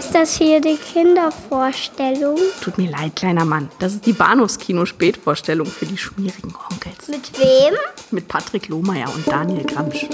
Ist das hier die Kindervorstellung? Tut mir leid, kleiner Mann. Das ist die Bahnhofskino-Spätvorstellung für die schmierigen Onkels. Mit wem? Mit Patrick Lohmeier und Daniel Gramsch.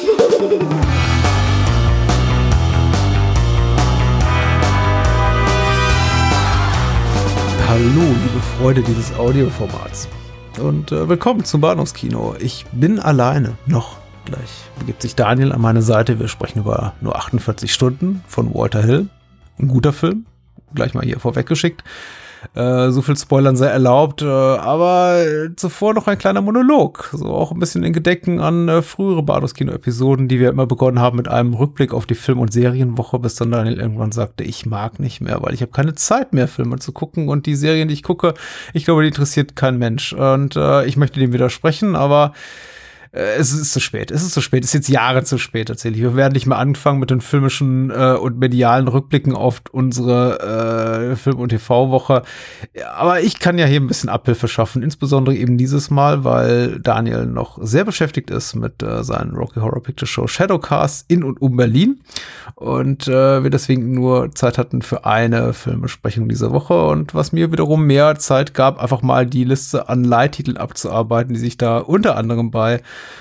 Hallo, liebe Freunde dieses Audioformats. Und willkommen zum Bahnhofskino. Ich bin alleine. Noch. Gleich begibt sich Daniel an meine Seite. Wir sprechen über nur 48 Stunden von Walter Hill. Ein guter Film. Gleich mal hier vorweggeschickt. So viel Spoilern sei erlaubt, aber zuvor noch ein kleiner Monolog. So auch ein bisschen in Gedenken an frühere Bahnhofskino-Episoden, die wir immer begonnen haben mit einem Rückblick auf die Film- und Serienwoche, bis dann Daniel irgendwann sagte, ich mag nicht mehr, weil ich habe keine Zeit mehr, Filme zu gucken und die Serien, die ich gucke, ich glaube, die interessiert kein Mensch. Und ich möchte dem widersprechen, aber es ist zu spät. Es ist jetzt Jahre zu spät tatsächlich. Wir werden nicht mehr anfangen mit den filmischen und medialen Rückblicken auf unsere Film- und TV-Woche. Aber ich kann ja hier ein bisschen Abhilfe schaffen, insbesondere eben dieses Mal, weil Daniel noch sehr beschäftigt ist mit seinen Rocky Horror Picture Show Shadowcast in und um Berlin und wir deswegen nur Zeit hatten für eine Filmbesprechung dieser Woche und was mir wiederum mehr Zeit gab, einfach mal die Liste an Leittiteln abzuarbeiten, die sich da unter anderem bei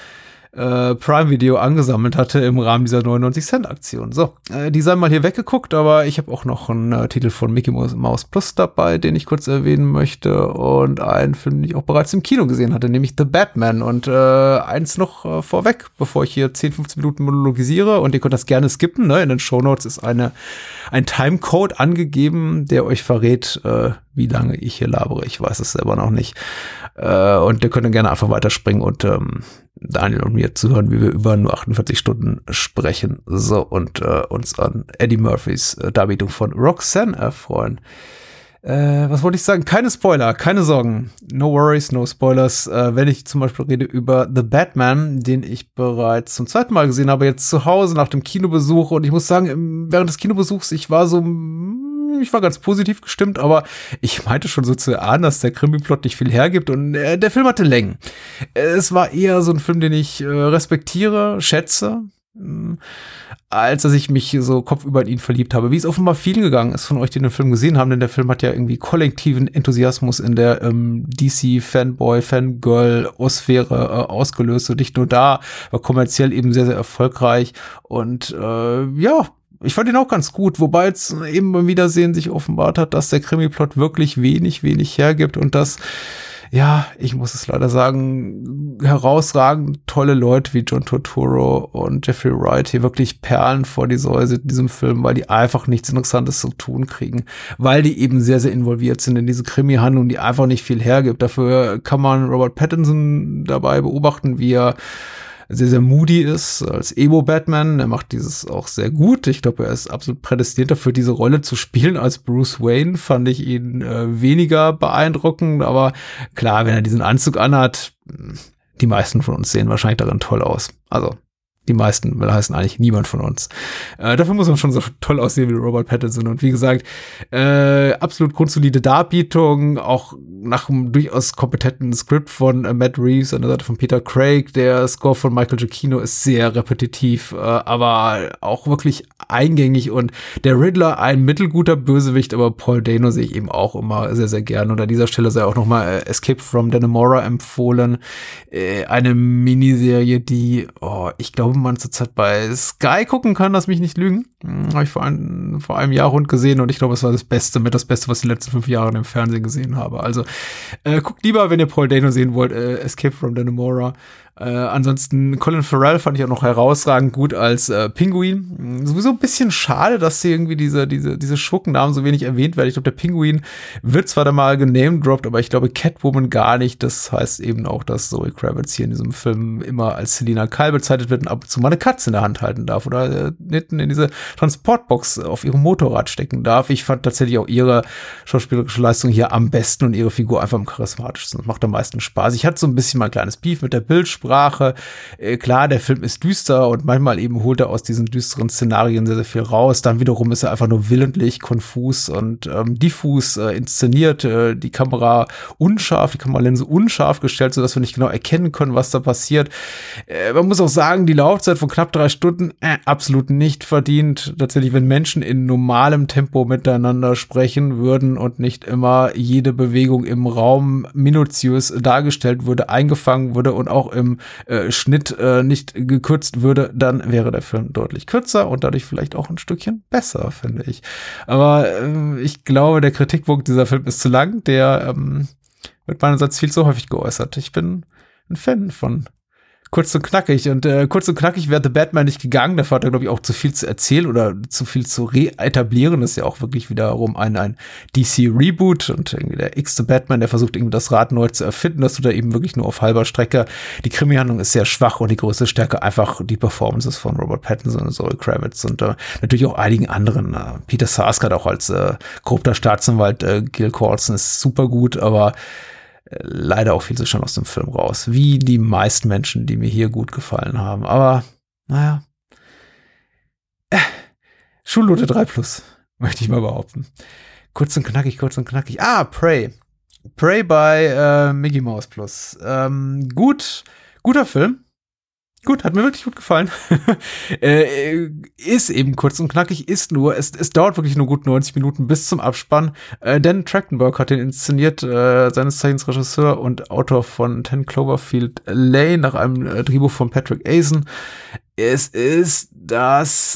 Prime Video angesammelt hatte im Rahmen dieser 99-Cent-Aktion. So, die seien mal hier weggeguckt, aber ich habe auch noch einen Titel von Mickey Mouse Plus dabei, den ich kurz erwähnen möchte und einen Film, den ich auch bereits im Kino gesehen hatte, nämlich The Batman. Und eins noch vorweg, bevor ich hier 10, 15 Minuten monologisiere und ihr könnt das gerne skippen, ne? In den Shownotes ist ein Timecode angegeben, der euch verrät, wie lange ich hier labere. Ich weiß es selber noch nicht. Und ihr könnt dann gerne einfach weiterspringen und Daniel und mir zuhören, wie wir über nur 48 Stunden sprechen. So, und uns an Eddie Murphys Darbietung von Roxanne erfreuen. Was wollte ich sagen? Keine Spoiler, keine Sorgen. No worries, no spoilers. Wenn ich zum Beispiel rede über The Batman, den ich bereits zum zweiten Mal gesehen habe, jetzt zu Hause nach dem Kinobesuch. Und ich muss sagen, während des Kinobesuchs, ich war ganz positiv gestimmt, aber ich meinte schon so zu erahnen, dass der Krimi-Plot nicht viel hergibt und der Film hatte Längen. Es war eher so ein Film, den ich respektiere, schätze, als dass ich mich so kopfüber in ihn verliebt habe, wie es offenbar vielen gegangen ist von euch, die den Film gesehen haben, denn der Film hat ja irgendwie kollektiven Enthusiasmus in der DC-Fanboy, Fangirl-Osphäre ausgelöst und nicht nur da, war kommerziell eben sehr, sehr erfolgreich und ich fand ihn auch ganz gut, wobei jetzt eben beim Wiedersehen sich offenbart hat, dass der Krimi-Plot wirklich wenig hergibt und dass, ja, ich muss es leider sagen, herausragend tolle Leute wie John Turturro und Jeffrey Wright hier wirklich Perlen vor die Säue in diesem Film, weil die einfach nichts Interessantes zu tun kriegen, weil die eben sehr, sehr involviert sind in diese Krimi-Handlung, die einfach nicht viel hergibt. Dafür kann man Robert Pattinson dabei beobachten, wie er sehr, sehr moody ist als Emo-Batman. Er macht dieses auch sehr gut. Ich glaube, er ist absolut prädestiniert dafür, diese Rolle zu spielen. Als Bruce Wayne fand ich ihn weniger beeindruckend. Aber klar, wenn er diesen Anzug anhat, die meisten von uns sehen wahrscheinlich darin toll aus. Also die meisten, will heißen eigentlich niemand von uns. Dafür muss man schon so toll aussehen wie Robert Pattinson. Und wie gesagt, absolut grundsolide Darbietung, auch nach einem durchaus kompetenten Skript von Matt Reeves an der Seite von Peter Craig. Der Score von Michael Giacchino ist sehr repetitiv, aber auch wirklich eingängig. Und der Riddler, ein mittelguter Bösewicht, aber Paul Dano sehe ich eben auch immer sehr, sehr gern. Und an dieser Stelle sei auch nochmal Escape from Dannemora empfohlen. Eine Miniserie, die, ich glaube, man zurzeit bei Sky gucken kann, lass mich nicht lügen. Habe ich vor einem Jahr rund gesehen und ich glaube, es war das Beste, was ich die letzten 5 Jahre im Fernsehen gesehen habe. Also guckt lieber, wenn ihr Paul Dano sehen wollt, Escape from Dannemora. Ansonsten Colin Farrell fand ich auch noch herausragend gut als Pinguin. Sowieso ein bisschen schade, dass hier irgendwie diese Schurkennamen so wenig erwähnt werden. Ich glaube, der Pinguin wird zwar da mal genamedroppt, aber ich glaube Catwoman gar nicht. Das heißt eben auch, dass Zoe Kravitz hier in diesem Film immer als Selina Kyle bezeichnet wird und ab und zu mal eine Katze in der Hand halten darf oder hinten in diese Transportbox auf ihrem Motorrad stecken darf. Ich fand tatsächlich auch ihre schauspielerische Leistung hier am besten und ihre Figur einfach am charismatischsten. Das macht am meisten Spaß. Ich hatte so ein bisschen mal ein kleines Beef mit der Bildsprache, Sprache. Klar, der Film ist düster und manchmal eben holt er aus diesen düsteren Szenarien sehr, sehr viel raus. Dann wiederum ist er einfach nur willentlich, konfus und diffus inszeniert. Die Kamera unscharf, die Kameralinse unscharf gestellt, sodass wir nicht genau erkennen können, was da passiert. Man muss auch sagen, die Laufzeit von knapp 3 Stunden absolut nicht verdient. Tatsächlich, wenn Menschen in normalem Tempo miteinander sprechen würden und nicht immer jede Bewegung im Raum minutiös dargestellt würde, eingefangen würde und auch im Schnitt nicht gekürzt würde, dann wäre der Film deutlich kürzer und dadurch vielleicht auch ein Stückchen besser, finde ich. Aber ich glaube, der Kritikpunkt, dieser Film ist zu lang, der wird meinerseits viel zu häufig geäußert. Ich bin ein Fan von kurz und knackig. Und kurz und knackig wäre The Batman nicht gegangen. Dafür hat er, glaube ich, auch zu viel zu erzählen oder zu viel zu reetablieren. Das ist ja auch wirklich wiederum ein DC-Reboot und irgendwie der x-te Batman, der versucht irgendwie das Rad neu zu erfinden. Das tut er eben wirklich nur auf halber Strecke. Die Krimi-Handlung ist sehr schwach und die größte Stärke einfach die Performances von Robert Pattinson und Zoe Kravitz und natürlich auch einigen anderen. Peter Sarsgaard auch als korrupter Staatsanwalt, Gil Coulson ist super gut, aber leider auch viel zu schnell aus dem Film raus. Wie die meisten Menschen, die mir hier gut gefallen haben. Aber, naja. Schulnote 3+, möchte ich mal behaupten. Kurz und knackig. Prey. Prey bei Mickey Mouse Plus. Guter Film. Gut, hat mir wirklich gut gefallen. Ist eben kurz und knackig, es dauert wirklich nur gut 90 Minuten bis zum Abspann. Dan Trachtenberg hat den inszeniert, seines Zeichens Regisseur und Autor von 10 Cloverfield Lane nach einem Drehbuch von Patrick Azan. Es ist das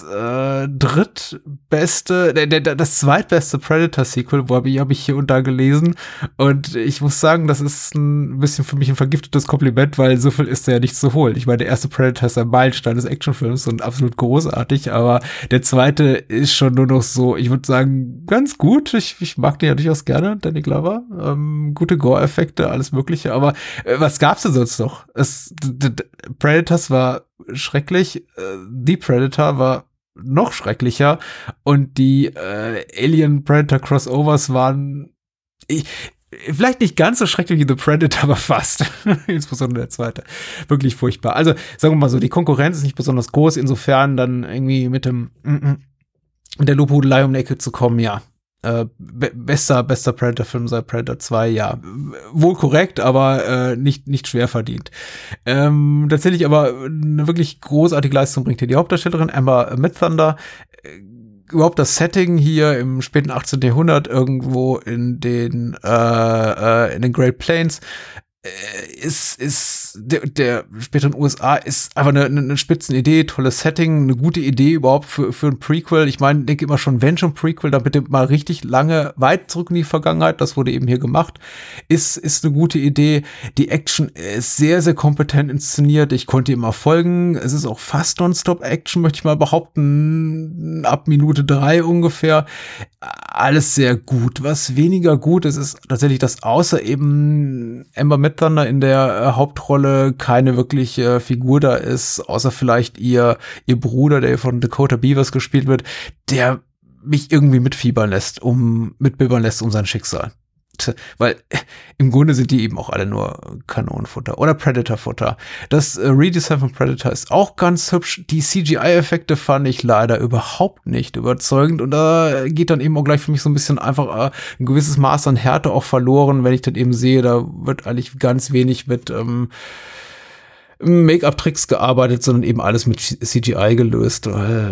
das zweitbeste Predator-Sequel, hab ich hier und da gelesen. Und ich muss sagen, das ist ein bisschen für mich ein vergiftetes Kompliment, weil so viel ist da ja nicht zu holen. Ich meine, der erste Predator ist ein Meilenstein des Actionfilms und absolut großartig, aber der zweite ist schon nur noch so, ich würde sagen, ganz gut. Ich mag den ja durchaus gerne, Danny Glover. Gute Gore-Effekte, alles Mögliche, aber was gab's denn sonst noch? Predators war schrecklich, The Predator war noch schrecklicher und die Alien-Predator-Crossovers waren vielleicht nicht ganz so schrecklich wie The Predator, aber fast. Insbesondere der zweite. Wirklich furchtbar. Also, sagen wir mal so, die Konkurrenz ist nicht besonders groß, insofern dann irgendwie mit der Lobhudelei um die Ecke zu kommen, ja. Bester Predator-Film seit Predator 2, ja. Wohl korrekt, aber nicht schwer verdient. Tatsächlich aber eine wirklich großartige Leistung bringt hier die Hauptdarstellerin Emma Midthunder. Überhaupt das Setting hier im späten 18. Jahrhundert irgendwo in den Great Plains ist der späteren USA ist einfach eine Spitzenidee, tolles Setting, eine gute Idee überhaupt für ein Prequel. Ich meine, denke immer schon, wenn schon Prequel, dann bitte mal richtig lange, weit zurück in die Vergangenheit. Das wurde eben hier gemacht. Ist eine gute Idee. Die Action ist sehr, sehr kompetent inszeniert. Ich konnte immer folgen. Es ist auch fast Nonstop-Action, möchte ich mal behaupten. Ab Minute 3 ungefähr. Alles sehr gut. Was weniger gut ist tatsächlich, dass außer eben Emma Midthunder in der Hauptrolle keine wirkliche Figur da ist, außer vielleicht ihr Bruder, der von Dakota Beavers gespielt wird, der mich irgendwie mitbibbern lässt um sein Schicksal. Weil im Grunde sind die eben auch alle nur Kanonenfutter oder Predator-Futter. Das Redesign von Predator ist auch ganz hübsch. Die CGI-Effekte fand ich leider überhaupt nicht überzeugend. Und da geht dann eben auch gleich für mich so ein bisschen einfach ein gewisses Maß an Härte auch verloren, wenn ich dann eben sehe, da wird eigentlich ganz wenig mit Make-up-Tricks gearbeitet, sondern eben alles mit CGI gelöst.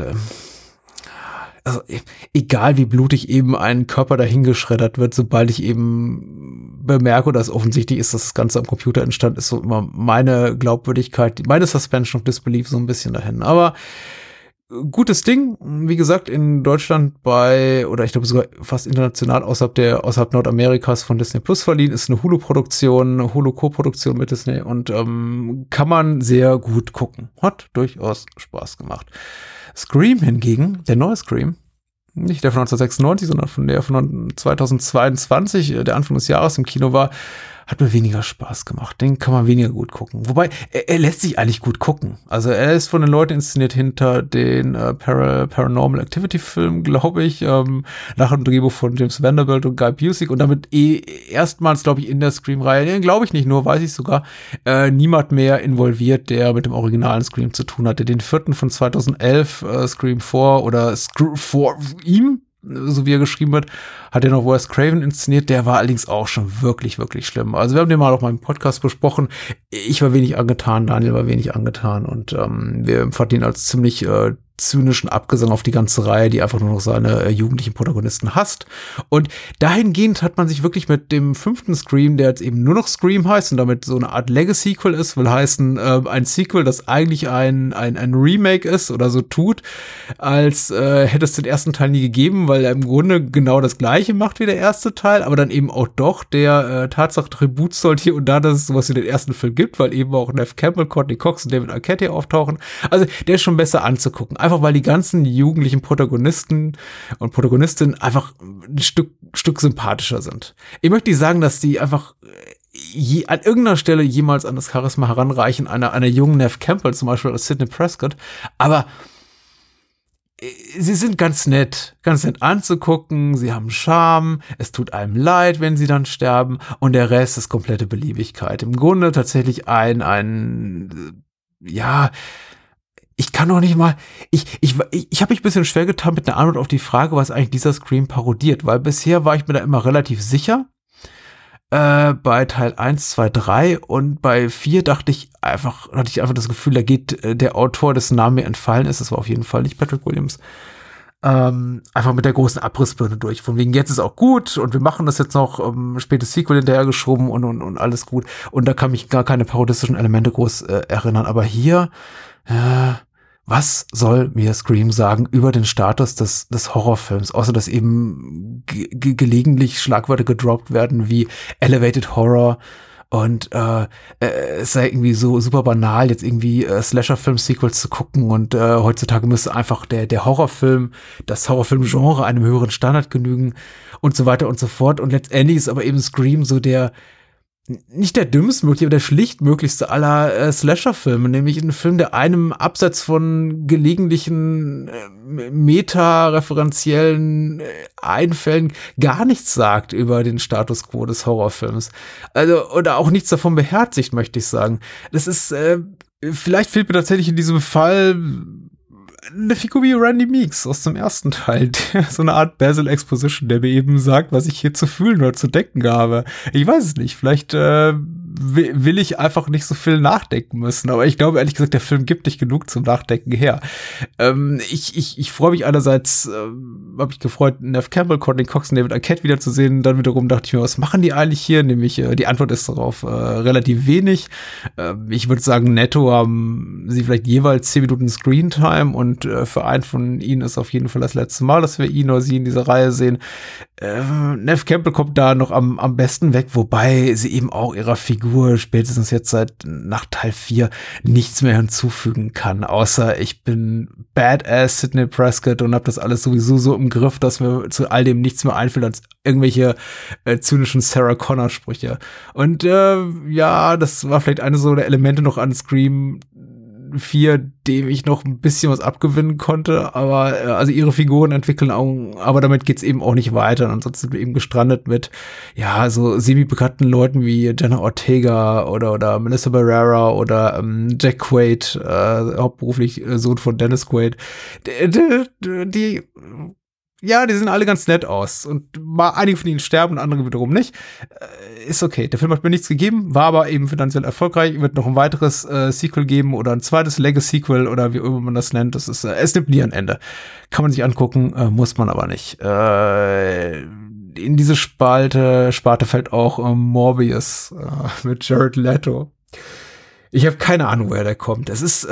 Also egal wie blutig eben ein Körper dahingeschreddert wird, sobald ich eben bemerke oder es offensichtlich ist, dass das Ganze am Computer entstanden ist, so immer meine Glaubwürdigkeit, meine Suspension of Disbelief so ein bisschen dahin. Aber gutes Ding, wie gesagt, in Deutschland oder ich glaube sogar fast international außerhalb Nordamerikas von Disney Plus verliehen, ist eine Hulu-Produktion, eine Hulu-Co-Produktion mit Disney und kann man sehr gut gucken. Hat durchaus Spaß gemacht. Scream hingegen, der neue Scream, nicht der von 1996, sondern der von 2022, der Anfang des Jahres im Kino war, hat mir weniger Spaß gemacht. Den kann man weniger gut gucken. Wobei, er lässt sich eigentlich gut gucken. Also er ist von den Leuten inszeniert hinter den Paranormal Activity Film, glaube ich, nach dem Drehbuch von James Vanderbilt und Guy Busick und damit erstmals, glaube ich, in der Scream-Reihe, glaube ich nicht nur, weiß ich sogar, niemand mehr involviert, der mit dem originalen Scream zu tun hatte. Den 4. von 2011, Scream 4 oder Scream 4 ihm, so wie er geschrieben wird, hat er noch Wes Craven inszeniert, der war allerdings auch schon wirklich, wirklich schlimm. Also wir haben den mal auf meinem Podcast besprochen. Ich war wenig angetan, Daniel war wenig angetan und wir empfanden ihn als ziemlich zynischen Abgesang auf die ganze Reihe, die einfach nur noch seine jugendlichen Protagonisten hasst. Und dahingehend hat man sich wirklich mit dem 5. Scream, der jetzt eben nur noch Scream heißt und damit so eine Art Legacy-Sequel ist, will heißen, ein Sequel, das eigentlich ein Remake ist oder so tut, als hätte es den ersten Teil nie gegeben, weil er im Grunde genau das Gleiche macht wie der erste Teil, aber dann eben auch doch der Tatsache Tribut zollt hier und da, dass es sowas wie den ersten Film gibt, weil eben auch Neve Campbell, Courtney Cox und David Arquette hier auftauchen. Also der ist schon besser anzugucken. Einfach weil die ganzen jugendlichen Protagonisten und Protagonistinnen einfach ein Stück sympathischer sind. Ich möchte nicht sagen, dass die einfach an irgendeiner Stelle jemals an das Charisma heranreichen, einer jungen Neve Campbell zum Beispiel als Sidney Prescott, aber sie sind ganz nett anzugucken, sie haben Charme, es tut einem leid, wenn sie dann sterben und der Rest ist komplette Beliebigkeit. Im Grunde tatsächlich ich kann doch nicht mal, ich habe mich ein bisschen schwer getan mit einer Antwort auf die Frage, was eigentlich dieser Scream parodiert, weil bisher war ich mir da immer relativ sicher, bei Teil 1, 2, 3 und bei 4 hatte ich einfach das Gefühl, da geht der Autor, dessen Name mir entfallen ist, das war auf jeden Fall nicht Patrick Williams, einfach mit der großen Abrissbirne durch. Von wegen, jetzt ist auch gut und wir machen das jetzt noch, spätes Sequel hinterher geschoben und alles gut. Und da kann mich gar keine parodistischen Elemente groß erinnern. Aber hier, was soll mir Scream sagen über den Status des Horrorfilms, außer dass eben gelegentlich Schlagwörter gedroppt werden wie Elevated Horror und es sei irgendwie so super banal, jetzt irgendwie Slasher-Film-Sequels zu gucken und heutzutage müsste einfach der Horrorfilm, das Horrorfilm-Genre einem höheren Standard genügen und so weiter und so fort. Und letztendlich ist aber eben Scream so nicht der dümmstmögliche, aber der schlichtmöglichste aller Slasher-Filme, nämlich ein Film, der einem abseits von gelegentlichen meta-referenziellen Einfällen gar nichts sagt über den Status quo des Horrorfilms. Also, oder auch nichts davon beherzigt, möchte ich sagen. Das ist, vielleicht fehlt mir tatsächlich in diesem Fall eine Figur wie Randy Meeks aus dem ersten Teil, der so eine Art Basil Exposition, der mir eben sagt, was ich hier zu fühlen oder zu denken habe. Ich weiß es nicht, vielleicht will ich einfach nicht so viel nachdenken müssen, aber ich glaube ehrlich gesagt, der Film gibt nicht genug zum Nachdenken her. Ich freue mich einerseits, habe ich gefreut, Neve Campbell, Courtney Cox und David Arquette wiederzusehen, dann wiederum dachte ich mir, was machen die eigentlich hier? Nämlich, die Antwort ist darauf relativ wenig. Ich würde sagen, netto haben sie vielleicht jeweils 10 Minuten Screentime und für einen von ihnen ist auf jeden Fall das letzte Mal, dass wir ihn oder sie in dieser Reihe sehen. Neve Campbell kommt da noch am besten weg, wobei sie eben auch ihrer Figur spätestens jetzt nach Teil 4 nichts mehr hinzufügen kann, außer ich bin Badass Sidney Prescott und habe das alles sowieso so im Griff, dass mir zu all dem nichts mehr einfällt als irgendwelche zynischen Sarah Connor Sprüche. Und das war vielleicht eine so der Elemente noch an Scream 4, dem ich noch ein bisschen was abgewinnen konnte, aber also ihre Figuren entwickeln auch, aber damit geht's eben auch nicht weiter. Und ansonsten sind wir eben gestrandet mit so semi-bekannten Leuten wie Jenna Ortega oder Melissa Barrera oder Jack Quaid, hauptberuflich Sohn von Dennis Quaid. Die sehen alle ganz nett aus. Und mal einige von ihnen sterben und andere wiederum nicht. Ist okay. Der Film hat mir nichts gegeben, war aber eben finanziell erfolgreich. Wird noch ein weiteres Sequel geben oder ein zweites Legacy-Sequel oder wie immer man das nennt. Das ist, es nimmt nie ein Ende. Kann man sich angucken, muss man aber nicht. In diese Sparte fällt auch Morbius mit Jared Leto. Ich habe keine Ahnung, woher der kommt. Es ist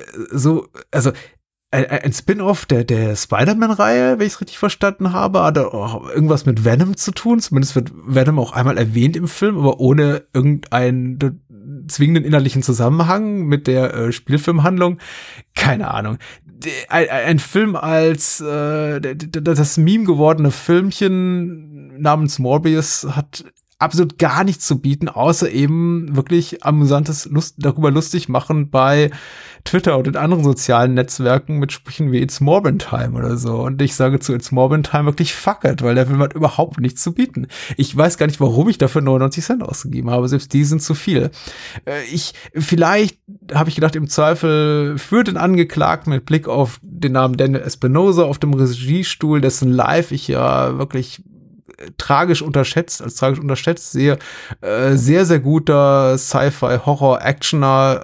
ein Spin-off der Spider-Man-Reihe, wenn ich es richtig verstanden habe, hat auch irgendwas mit Venom zu tun. Zumindest wird Venom auch einmal erwähnt im Film, aber ohne irgendeinen zwingenden inhaltlichen Zusammenhang mit der Spielfilmhandlung. Keine Ahnung. Ein Film als das Meme gewordene Filmchen namens Morbius hat absolut gar nichts zu bieten, außer eben wirklich amüsantes darüber lustig machen bei Twitter und in anderen sozialen Netzwerken mit Sprüchen wie It's Morbin Time oder so. Und ich sage zu It's Morbin Time wirklich fuck it, weil der Film hat überhaupt nichts zu bieten. Ich weiß gar nicht, warum ich dafür 99 Cent ausgegeben habe. Selbst die sind zu viel. Vielleicht habe ich gedacht, im Zweifel für den Angeklagten mit Blick auf den Namen Daniel Espinosa auf dem Regiestuhl, dessen Live ich ja wirklich tragisch unterschätzt sehe, sehr, sehr guter Sci-Fi-Horror-Actioner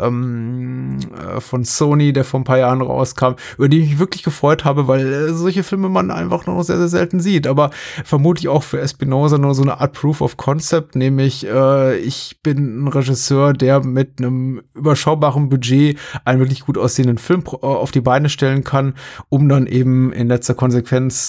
von Sony, der vor ein paar Jahren rauskam, über den ich mich wirklich gefreut habe, weil solche Filme man einfach noch sehr, sehr selten sieht, aber vermutlich auch für Espinosa nur so eine Art Proof of Concept, nämlich ich bin ein Regisseur, der mit einem überschaubaren Budget einen wirklich gut aussehenden Film auf die Beine stellen kann, um dann eben in letzter Konsequenz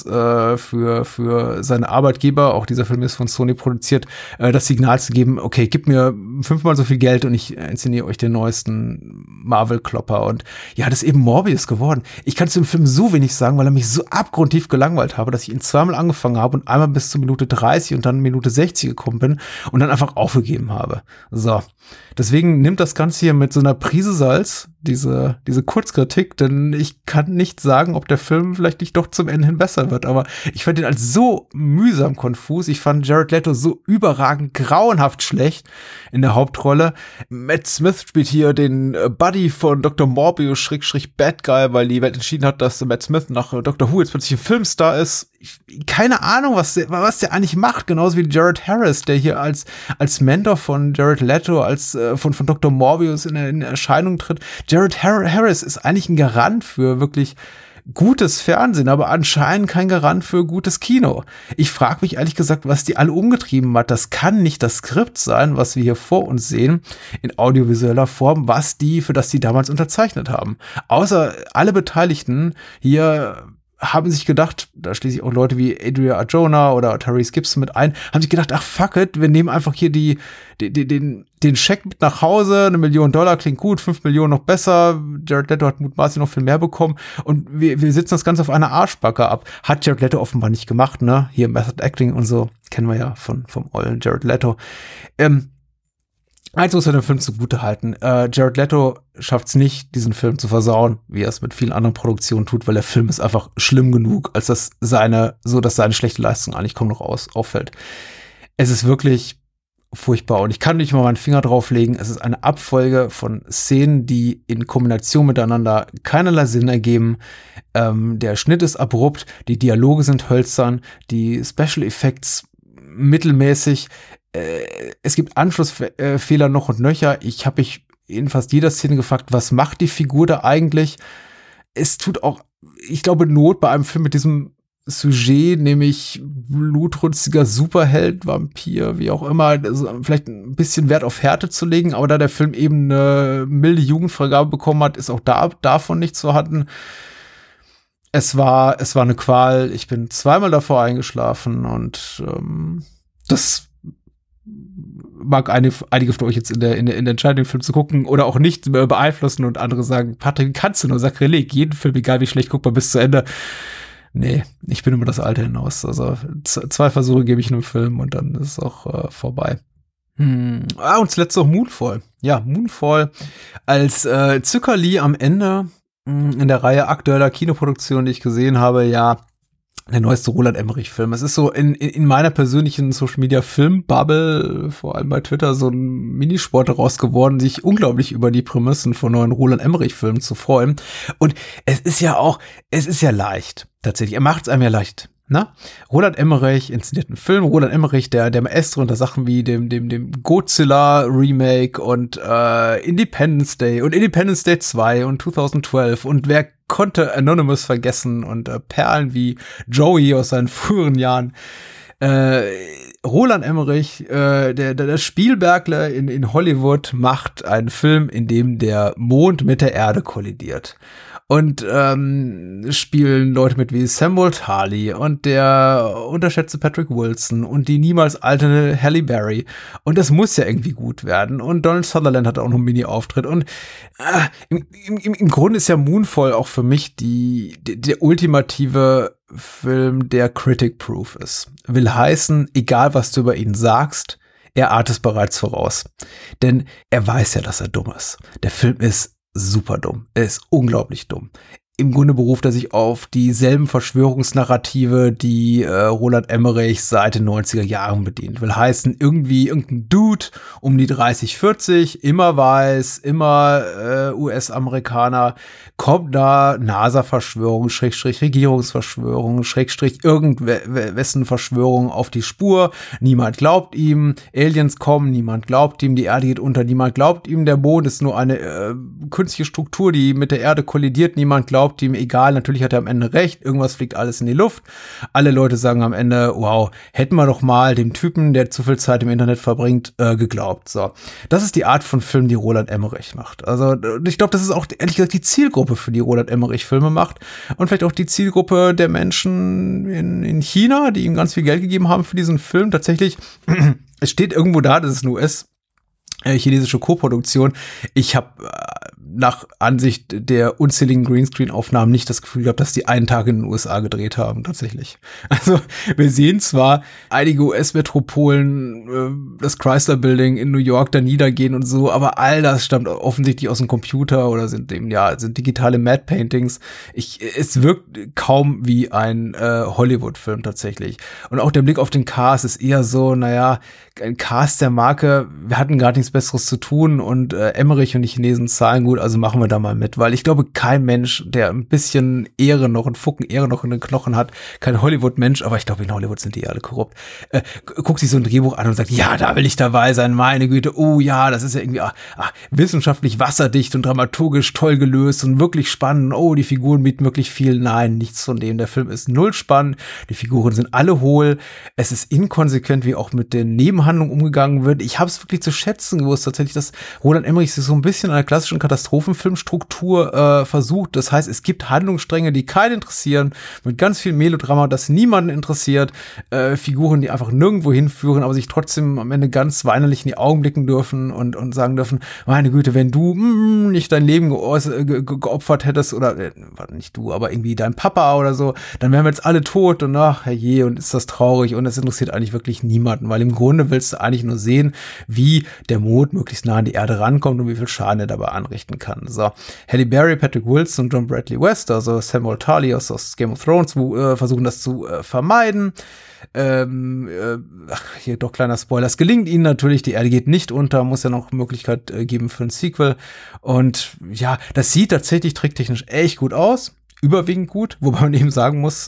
für seine Arbeitgeber, auch dieser Film ist von Sony produziert, das Signal zu geben, okay, gib mir 5-mal so viel Geld und ich inszeniere euch den neuesten Marvel-Klopper. Und ja, das ist eben Morbius geworden. Ich kann zu dem Film so wenig sagen, weil er mich so abgrundtief gelangweilt habe, dass ich ihn zweimal angefangen habe und einmal bis zur Minute 30 und dann Minute 60 gekommen bin und dann einfach aufgegeben habe. So. Deswegen nimmt das Ganze hier mit so einer Prise Salz, diese Kurzkritik, denn ich kann nicht sagen, ob der Film vielleicht nicht doch zum Ende hin besser wird, aber ich fand ihn als so mühsam konfus. Ich fand Jared Leto so überragend grauenhaft schlecht in der Hauptrolle. Matt Smith spielt hier den Buddy von Dr. Morbius / Bad Guy, weil die Welt entschieden hat, dass Matt Smith nach Dr. Who jetzt plötzlich ein Filmstar ist. Keine Ahnung, was der eigentlich macht, genauso wie Jared Harris, der hier als Mentor von Jared Leto, als von Dr. Morbius in Erscheinung tritt. Jared Harris ist eigentlich ein Garant für wirklich gutes Fernsehen, aber anscheinend kein Garant für gutes Kino. Ich frage mich ehrlich gesagt, was die alle umgetrieben hat. Das kann nicht das Skript sein, was wir hier vor uns sehen, in audiovisueller Form, für das die damals unterzeichnet haben. Außer alle Beteiligten hier haben sich gedacht, da schließe ich auch Leute wie Adria Arjona oder Tyrese Gibson mit ein, haben sich gedacht, ach fuck it, wir nehmen einfach hier den Scheck mit nach Hause, $1 Million klingt gut, 5 Millionen noch besser, Jared Leto hat mutmaßlich noch viel mehr bekommen und wir sitzen das Ganze auf einer Arschbacke ab. Hat Jared Leto offenbar nicht gemacht, ne? Hier Method Acting und so, kennen wir ja vom ollen Jared Leto. Eins muss man dem Film zugute halten. Jared Leto schafft es nicht, diesen Film zu versauen, wie er es mit vielen anderen Produktionen tut, weil der Film ist einfach schlimm genug, als dass seine schlechte Leistung eigentlich kaum noch auffällt. Es ist wirklich furchtbar und ich kann nicht mal meinen Finger drauflegen. Es ist eine Abfolge von Szenen, die in Kombination miteinander keinerlei Sinn ergeben. Der Schnitt ist abrupt, die Dialoge sind hölzern, die Special Effects mittelmäßig. Es gibt Anschlussfehler noch und nöcher. Ich habe mich in fast jeder Szene gefragt, was macht die Figur da eigentlich? Es tut auch, ich glaube, Not bei einem Film mit diesem Sujet, nämlich blutrünstiger Superheld, Vampir, wie auch immer, also vielleicht ein bisschen Wert auf Härte zu legen, aber da der Film eben eine milde Jugendfreigabe bekommen hat, ist auch davon nichts vorhanden. Es war eine Qual. Ich bin zweimal davor eingeschlafen und das mag einige von euch jetzt in der Entscheidung, den Film zu gucken oder auch nicht beeinflussen und andere sagen, Patrick, kannst du nur Sakrileg, jeden Film, egal wie schlecht, guck mal bis zu Ende. Nee, ich bin über das Alter hinaus. Also 2 Versuche gebe ich einem Film und dann ist es auch vorbei. Und zuletzt noch Moonfall. Ja, Moonfall als Zückerli am Ende in der Reihe aktueller Kinoproduktionen, die ich gesehen habe, ja, der neueste Roland Emmerich-Film. Es ist so in meiner persönlichen Social-Media-Film-Bubble, vor allem bei Twitter, so ein Minisport daraus geworden, sich unglaublich über die Prämissen von neuen Roland Emmerich-Filmen zu freuen. Und es ist ja leicht, tatsächlich. Er macht es einem ja leicht. Ne? Roland Emmerich inszeniert einen Film. Roland Emmerich, der Maestro unter Sachen wie dem Godzilla-Remake und Independence Day und Independence Day 2 und 2012 und wer konnte Anonymous vergessen und Perlen wie Joey aus seinen früheren Jahren. Roland Emmerich, der Spielbergler in Hollywood, macht einen Film, in dem der Mond mit der Erde kollidiert. Und spielen Leute mit wie Samuel Tarly und der unterschätzte Patrick Wilson und die niemals alternde Halle Berry. Und das muss ja irgendwie gut werden. Und Donald Sutherland hat auch noch einen Mini-Auftritt. Und im Grunde ist ja Moonfall auch für mich der ultimative Film, der Critic-Proof ist. Will heißen, egal was du über ihn sagst, Er ahnt es bereits voraus. Denn er weiß ja, dass er dumm ist. Der Film ist super dumm. Er ist unglaublich dumm. Im Grunde beruft er sich auf dieselben Verschwörungsnarrative, die Roland Emmerich seit den 90er Jahren bedient. Will heißen, irgendein Dude um die 30, 40, immer weiß, immer US-Amerikaner, kommt da NASA-Verschwörung, Schrägstrich Regierungsverschwörung, Schrägstrich irgendwessen Verschwörung auf die Spur. Niemand glaubt ihm. Aliens kommen, niemand glaubt ihm. Die Erde geht unter, niemand glaubt ihm. Der Mond ist nur eine künstliche Struktur, die mit der Erde kollidiert. Niemand glaubt ihm, egal, natürlich hat er am Ende recht, irgendwas fliegt alles in die Luft. Alle Leute sagen am Ende, wow, hätten wir doch mal dem Typen, der zu viel Zeit im Internet verbringt, geglaubt. So, das ist die Art von Film, die Roland Emmerich macht. Also ich glaube, das ist auch ehrlich gesagt die Zielgruppe, für die Roland Emmerich Filme macht und vielleicht auch die Zielgruppe der Menschen in China, die ihm ganz viel Geld gegeben haben für diesen Film. Tatsächlich, es steht irgendwo da, das ist eine chinesische Koproduktion. Ich habe nach Ansicht der unzähligen Greenscreen-Aufnahmen nicht das Gefühl gehabt, dass die einen Tag in den USA gedreht haben, tatsächlich. Also wir sehen zwar einige US-Metropolen, das Chrysler Building in New York da niedergehen und so, aber all das stammt offensichtlich aus dem Computer oder sind digitale Mad-Paintings. Es wirkt kaum wie ein Hollywood-Film tatsächlich. Und auch der Blick auf den Cast ist eher so, naja, ein Cast der Marke, wir hatten gar nichts Besseres zu tun und Emmerich und die Chinesen zahlen gut, also machen wir da mal mit, weil ich glaube, kein Mensch, der ein bisschen Ehre noch, einen Fucken Ehre noch in den Knochen hat, kein Hollywood-Mensch, aber ich glaube, in Hollywood sind die alle korrupt, guckt sich so ein Drehbuch an und sagt, ja, da will ich dabei sein, meine Güte, oh ja, das ist ja irgendwie wissenschaftlich wasserdicht und dramaturgisch toll gelöst und wirklich spannend, oh, die Figuren bieten wirklich viel, nein, nichts von dem, der Film ist null spannend, die Figuren sind alle hohl, es ist inkonsequent, wie auch mit den Nebenhandlungen umgegangen wird, ich habe es wirklich zu schätzen gewusst, tatsächlich, dass Roland Emmerich sich so ein bisschen an der klassischen Katastrophenfilmstruktur versucht. Das heißt, es gibt Handlungsstränge, die keinen interessieren, mit ganz viel Melodrama, das niemanden interessiert, Figuren, die einfach nirgendwo hinführen, aber sich trotzdem am Ende ganz weinerlich in die Augen blicken dürfen und sagen dürfen, meine Güte, wenn du nicht dein Leben geopfert hättest, oder nicht du, aber irgendwie dein Papa oder so, dann wären wir jetzt alle tot und ach, herrje, und ist das traurig und es interessiert eigentlich wirklich niemanden, weil im Grunde willst du eigentlich nur sehen, wie der Mond möglichst nah an die Erde rankommt und wie viel Schaden er dabei anrichten kann. So, Halle Berry, Patrick Wilson und John Bradley West, also Samuel Tarly aus Game of Thrones, versuchen das zu vermeiden. Hier doch kleiner Spoiler. Es gelingt ihnen natürlich, die Erde geht nicht unter, muss ja noch Möglichkeit geben für ein Sequel. Und ja, das sieht tatsächlich tricktechnisch echt gut aus. Überwiegend gut, wobei man eben sagen muss,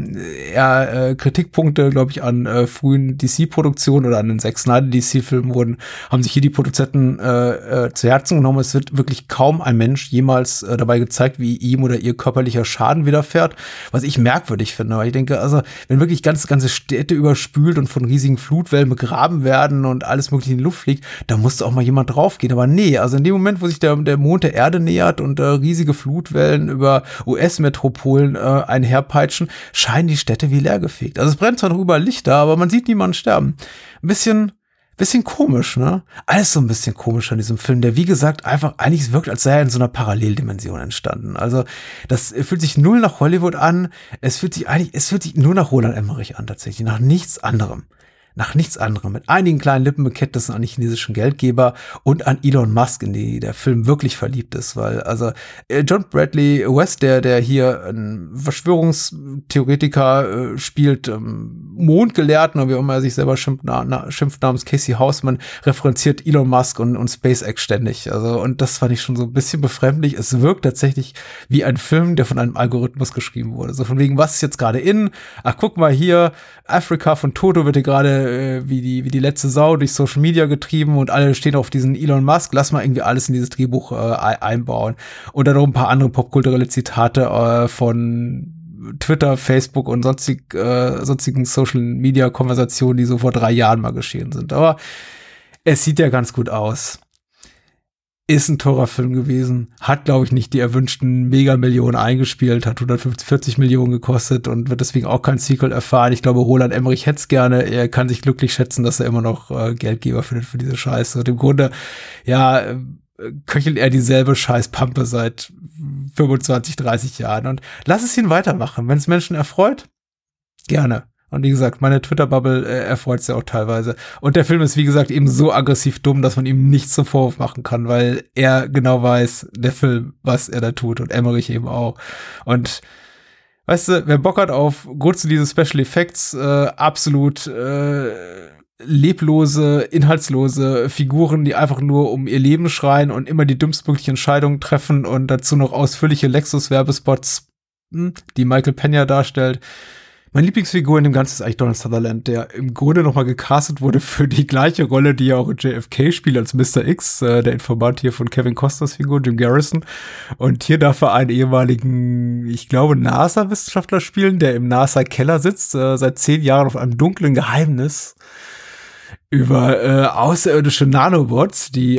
Kritikpunkte, glaube ich, an frühen DC-Produktionen oder an den Zack Snyder DC-Filmen haben sich hier die Produzenten zu Herzen genommen. Es wird wirklich kaum ein Mensch jemals dabei gezeigt, wie ihm oder ihr körperlicher Schaden widerfährt, was ich merkwürdig finde. Weil ich denke, also wenn wirklich ganze Städte überspült und von riesigen Flutwellen begraben werden und alles mögliche in die Luft fliegt, da musste auch mal jemand draufgehen. Aber nee, also in dem Moment, wo sich der Mond der Erde nähert und riesige Flutwellen über US-Metropolen einherpeitschen, scheinen die Städte wie leergefegt. Also es brennt zwar noch überall Lichter, aber man sieht niemanden sterben. Ein bisschen komisch, ne? Alles so ein bisschen komisch an diesem Film, der wie gesagt einfach eigentlich wirkt, als sei er in so einer Paralleldimension entstanden. Also das fühlt sich null nach Hollywood an. Es fühlt sich nur nach Roland Emmerich an tatsächlich, nach nichts anderem. Nach nichts anderem, mit einigen kleinen Lippenbekenntnissen an die chinesischen Geldgeber und an Elon Musk, in die der Film wirklich verliebt ist, weil also John Bradley West, der hier einen Verschwörungstheoretiker spielt, Mondgelehrten oder wie auch immer er sich selber schimpft namens Casey Houseman, referenziert Elon Musk und SpaceX ständig. Also und das fand ich schon so ein bisschen befremdlich. Es wirkt tatsächlich wie ein Film, der von einem Algorithmus geschrieben wurde. So von wegen, was ist jetzt gerade in? Ach, guck mal hier, Afrika von Toto wird hier gerade wie die letzte Sau durch Social Media getrieben und alle stehen auf diesen Elon Musk, lass mal irgendwie alles in dieses Drehbuch einbauen. Und dann noch ein paar andere popkulturelle Zitate von Twitter, Facebook und sonstigen Social Media Konversationen, die so vor 3 Jahren mal geschehen sind. Aber es sieht ja ganz gut aus. Ist ein teurer Film gewesen, hat, glaube ich, nicht die erwünschten Mega-Millionen eingespielt, hat 140 Millionen gekostet und wird deswegen auch kein Sequel erfahren. Ich glaube, Roland Emmerich hätte es gerne. Er kann sich glücklich schätzen, dass er immer noch Geldgeber findet für diese Scheiße. Und im Grunde, ja, köchelt er dieselbe Scheißpampe seit 25, 30 Jahren. Und lass es ihn weitermachen. Wenn es Menschen erfreut, gerne. Und wie gesagt, meine Twitter-Bubble erfreut es ja auch teilweise. Und der Film ist, wie gesagt, eben so aggressiv dumm, dass man ihm nichts zum Vorwurf machen kann, weil er genau weiß, der Film, was er da tut und Emmerich eben auch. Und weißt du, wer Bock hat auf grundsolide Special Effects, absolut leblose, inhaltslose Figuren, die einfach nur um ihr Leben schreien und immer die dümmstmöglichen Entscheidungen treffen und dazu noch ausführliche Lexus-Werbespots, die Michael Pena darstellt. Meine Lieblingsfigur in dem Ganzen ist eigentlich Donald Sutherland, der im Grunde nochmal gecastet wurde für die gleiche Rolle, die er auch in JFK spielt als Mr. X, der Informant hier von Kevin Costners Figur, Jim Garrison. Und hier darf er einen ehemaligen, ich glaube, NASA-Wissenschaftler spielen, der im NASA-Keller sitzt, seit 10 Jahren auf einem dunklen Geheimnis über außerirdische Nanobots, die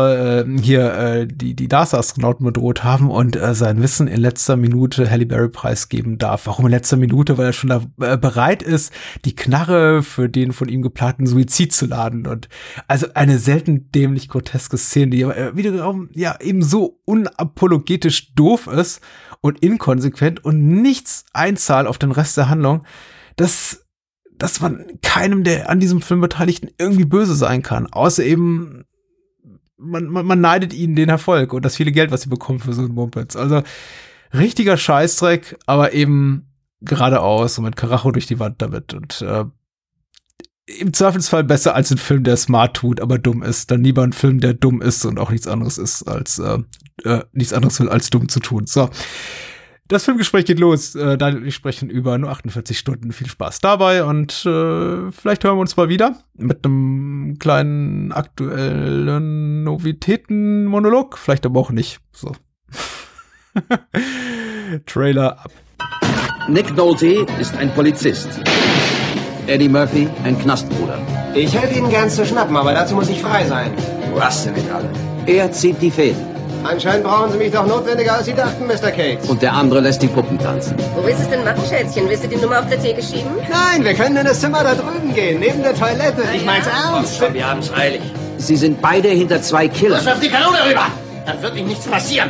die NASA-Astronauten bedroht haben und sein Wissen in letzter Minute Halle Berry preisgeben darf. Warum in letzter Minute? Weil er schon da bereit ist, die Knarre für den von ihm geplanten Suizid zu laden. Und also eine selten dämlich groteske Szene, die wiederum ja eben so unapologetisch doof ist und inkonsequent und nichts einzahlt auf den Rest der Handlung, dass man keinem der an diesem Film Beteiligten irgendwie böse sein kann. Außer eben, man neidet ihnen den Erfolg und das viele Geld, was sie bekommen für so einen Mumpitz. Also richtiger Scheißdreck, aber eben geradeaus und mit Karacho durch die Wand damit. Und im Zweifelsfall besser als ein Film, der smart tut, aber dumm ist. Dann lieber ein Film, der dumm ist und auch nichts anderes ist als nichts anderes will, als dumm zu tun. So. Das Filmgespräch geht los. Daniel und ich sprechen über nur 48 Stunden. Viel Spaß dabei und vielleicht hören wir uns mal wieder mit einem kleinen aktuellen Novitäten-Monolog. Vielleicht aber auch nicht. So. Trailer ab. Nick Nolte ist ein Polizist. Eddie Murphy ein Knastbruder. Ich helfe Ihnen gern zu schnappen, aber dazu muss ich frei sein. Du hast sie nicht alle. Er zieht die Fäden. Anscheinend brauchen Sie mich doch notwendiger, als Sie dachten, Mr. Cates. Und der andere lässt die Puppen tanzen. Wo willst du es denn machen, Schätzchen? Willst du die Nummer auf der Theke schieben? Nein, wir können in das Zimmer da drüben gehen, neben der Toilette. Ich mein's ernst. Komm, wir haben's eilig. Sie sind beide hinter 2 Killern. Wirf die Kanone rüber! Dann wird Ihnen nichts passieren.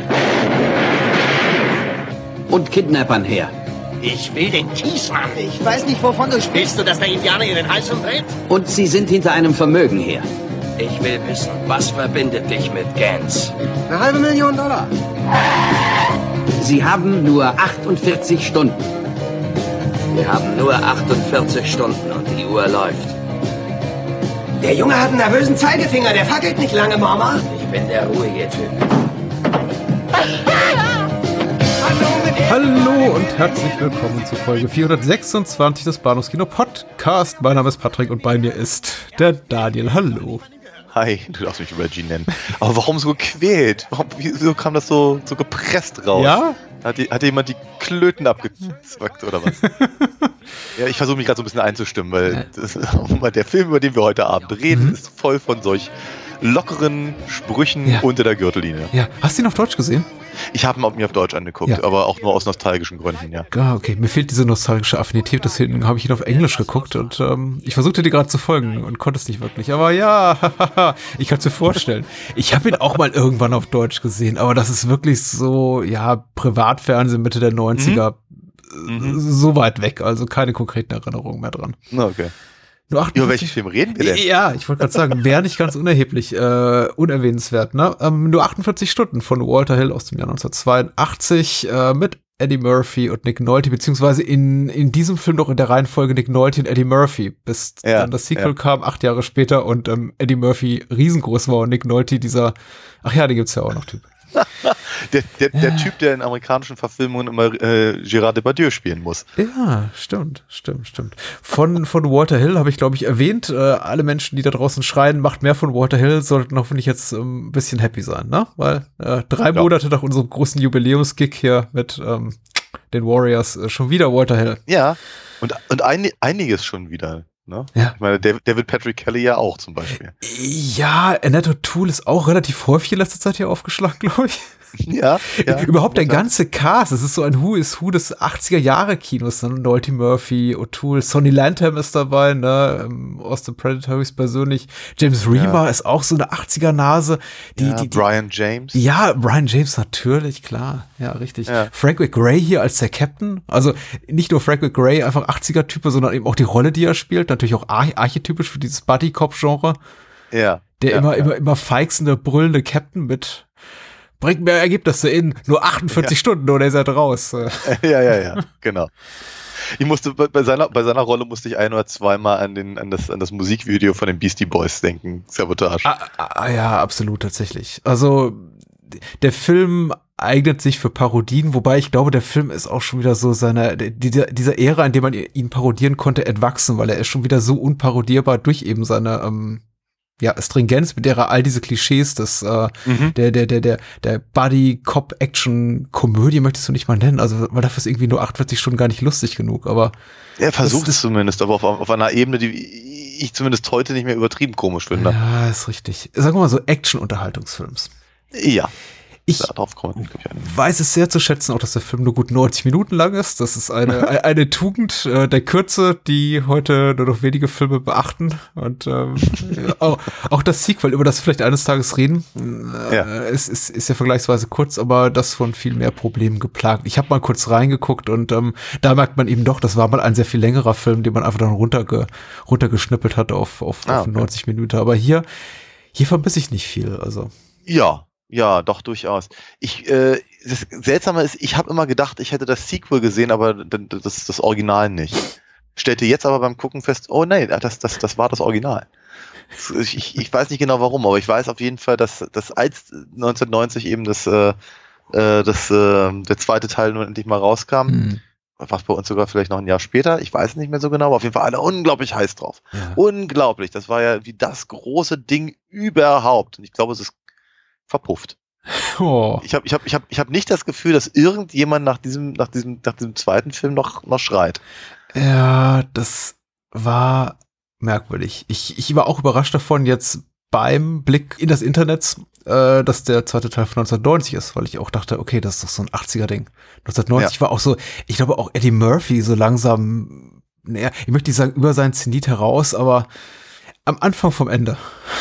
Und Kidnappern her. Ich will den Kiesmann. Ich weiß nicht, wovon du sprichst. Willst du, dass der Indianer ihr den Hals umdreht? Und sie sind hinter einem Vermögen her. Ich will wissen, was verbindet dich mit Gans? $500.000. Sie haben nur 48 Stunden. Wir haben nur 48 Stunden und die Uhr läuft. Der Junge hat einen nervösen Zeigefinger, der fackelt nicht lange, Mama. Ich bin der ruhige Typ. Hallo und herzlich willkommen zu Folge 426 des Bahnhofskino Podcast. Mein Name ist Patrick und bei mir ist der Daniel. Hallo. Hi, du darfst mich über G nennen. Aber warum so gequält? Wieso kam das so gepresst raus? Ja? Hat jemand die Klöten abgezwackt oder was? Ja, ich versuche mich gerade so ein bisschen einzustimmen, weil der Film, über den wir heute Abend reden, ist voll von solch lockeren Sprüchen unter der Gürtellinie. Ja, hast du ihn auf Deutsch gesehen? Ich habe ihn mir auf Deutsch angeguckt, aber auch nur aus nostalgischen Gründen, ja. Ah, okay. Mir fehlt diese nostalgische Affinität, deswegen habe ich ihn auf Englisch geguckt und ich versuchte dir gerade zu folgen und konnte es nicht wirklich. Aber ja, ich kann es mir vorstellen. Ich habe ihn auch mal irgendwann auf Deutsch gesehen, aber das ist wirklich so, ja, Privatfernsehen Mitte der 90er, so weit weg, also keine konkreten Erinnerungen mehr dran. Okay. Über welchen Film reden wir denn? Ja, ich wollte gerade sagen, wäre nicht ganz unerheblich, unerwähnenswert, ne? Nur 48 Stunden von Walter Hill aus dem Jahr 1982 mit Eddie Murphy und Nick Nolte, beziehungsweise in diesem Film noch in der Reihenfolge Nick Nolte und Eddie Murphy, bis dann das Sequel kam, 8 Jahre später und Eddie Murphy riesengroß war und Nick Nolte den gibt's ja auch noch, Typ. Der Typ, der in amerikanischen Verfilmungen immer Gérard Depardieu spielen muss. Ja, stimmt. Von Walter Hill habe ich, glaube ich, erwähnt. Alle Menschen, die da draußen schreien, macht mehr von Walter Hill, sollten hoffentlich jetzt ein bisschen happy sein, ne? Weil 3 Monate nach unserem großen Jubiläumsgig hier mit den Warriors schon wieder Walter Hill. Ja, und einiges schon wieder. Ne? Ja. Ich meine, David Patrick Kelly ja auch zum Beispiel. Ja, Annette O'Toole ist auch relativ häufig in letzter Zeit hier aufgeschlagen, glaube ich. Ja. Überhaupt der ganze Cast, es ist so ein Who is Who des 80er-Jahre-Kinos. Nolte Murphy, O'Toole, Sonny Landham ist dabei, ne, aus The Predators persönlich. James Remar ist auch so eine 80er-Nase. Brian James. Ja, Brian James natürlich, klar. Ja, richtig. Ja. Frank McRae hier als der Captain. Also nicht nur Frank McRae, einfach 80er-Type, sondern eben auch die Rolle, die er spielt. Natürlich auch archetypisch für dieses Buddy-Cop-Genre. Ja. Der immer feixende, brüllende Captain mit bringt mehr Ergebnisse in nur 48 Stunden oder ist er raus. Ja, genau. Ich musste bei seiner Rolle musste ich ein- oder zweimal an das Musikvideo von den Beastie Boys denken. Sabotage. Ja, absolut, tatsächlich. Also der Film eignet sich für Parodien, wobei ich glaube, der Film ist auch schon wieder so dieser Ära, in der man ihn parodieren konnte, entwachsen, weil er ist schon wieder so unparodierbar durch eben seine Stringenz, mit der er all diese Klischees der Buddy-Cop-Action-Komödie möchtest du nicht mal nennen, also weil dafür ist irgendwie nur 48 Stunden gar nicht lustig genug, aber er versucht es zumindest, aber auf einer Ebene, die ich zumindest heute nicht mehr übertrieben komisch finde. Ja, ist richtig. Sagen wir mal so Action-Unterhaltungsfilms. Ja. Ich weiß es sehr zu schätzen, auch dass der Film nur gut 90 Minuten lang ist. Das ist eine Tugend der Kürze, die heute nur noch wenige Filme beachten. Und auch das Sequel, über das wir vielleicht eines Tages reden, ist ja vergleichsweise kurz, aber das von viel mehr Problemen geplagt. Ich habe mal kurz reingeguckt und da merkt man eben doch, das war mal ein sehr viel längerer Film, den man einfach dann runtergeschnippelt hat auf 90 Minuten. Aber hier vermisse ich nicht viel. Also Ja, doch, durchaus. Das Seltsame ist, ich habe immer gedacht, ich hätte das Sequel gesehen, aber das Original nicht. Stellte jetzt aber beim Gucken fest, oh nee, das war das Original. Ich weiß nicht genau warum, aber ich weiß auf jeden Fall, dass als 1990 eben der zweite Teil nun endlich mal rauskam, was bei uns sogar vielleicht noch ein Jahr später, ich weiß nicht mehr so genau, aber auf jeden Fall alle unglaublich heiß drauf. Ja. Unglaublich, das war ja wie das große Ding überhaupt. Und ich glaube, es ist verpufft. Oh. Ich hab nicht das Gefühl, dass irgendjemand nach diesem zweiten Film noch schreit. Ja, das war merkwürdig. Ich war auch überrascht davon jetzt beim Blick in das Internet, dass der zweite Teil von 1990 ist, weil ich auch dachte, okay, das ist doch so ein 80er-Ding. 1990 war auch so, ich glaube auch Eddie Murphy so langsam, naja, ich möchte nicht sagen über seinen Zenit heraus, aber am Anfang vom Ende.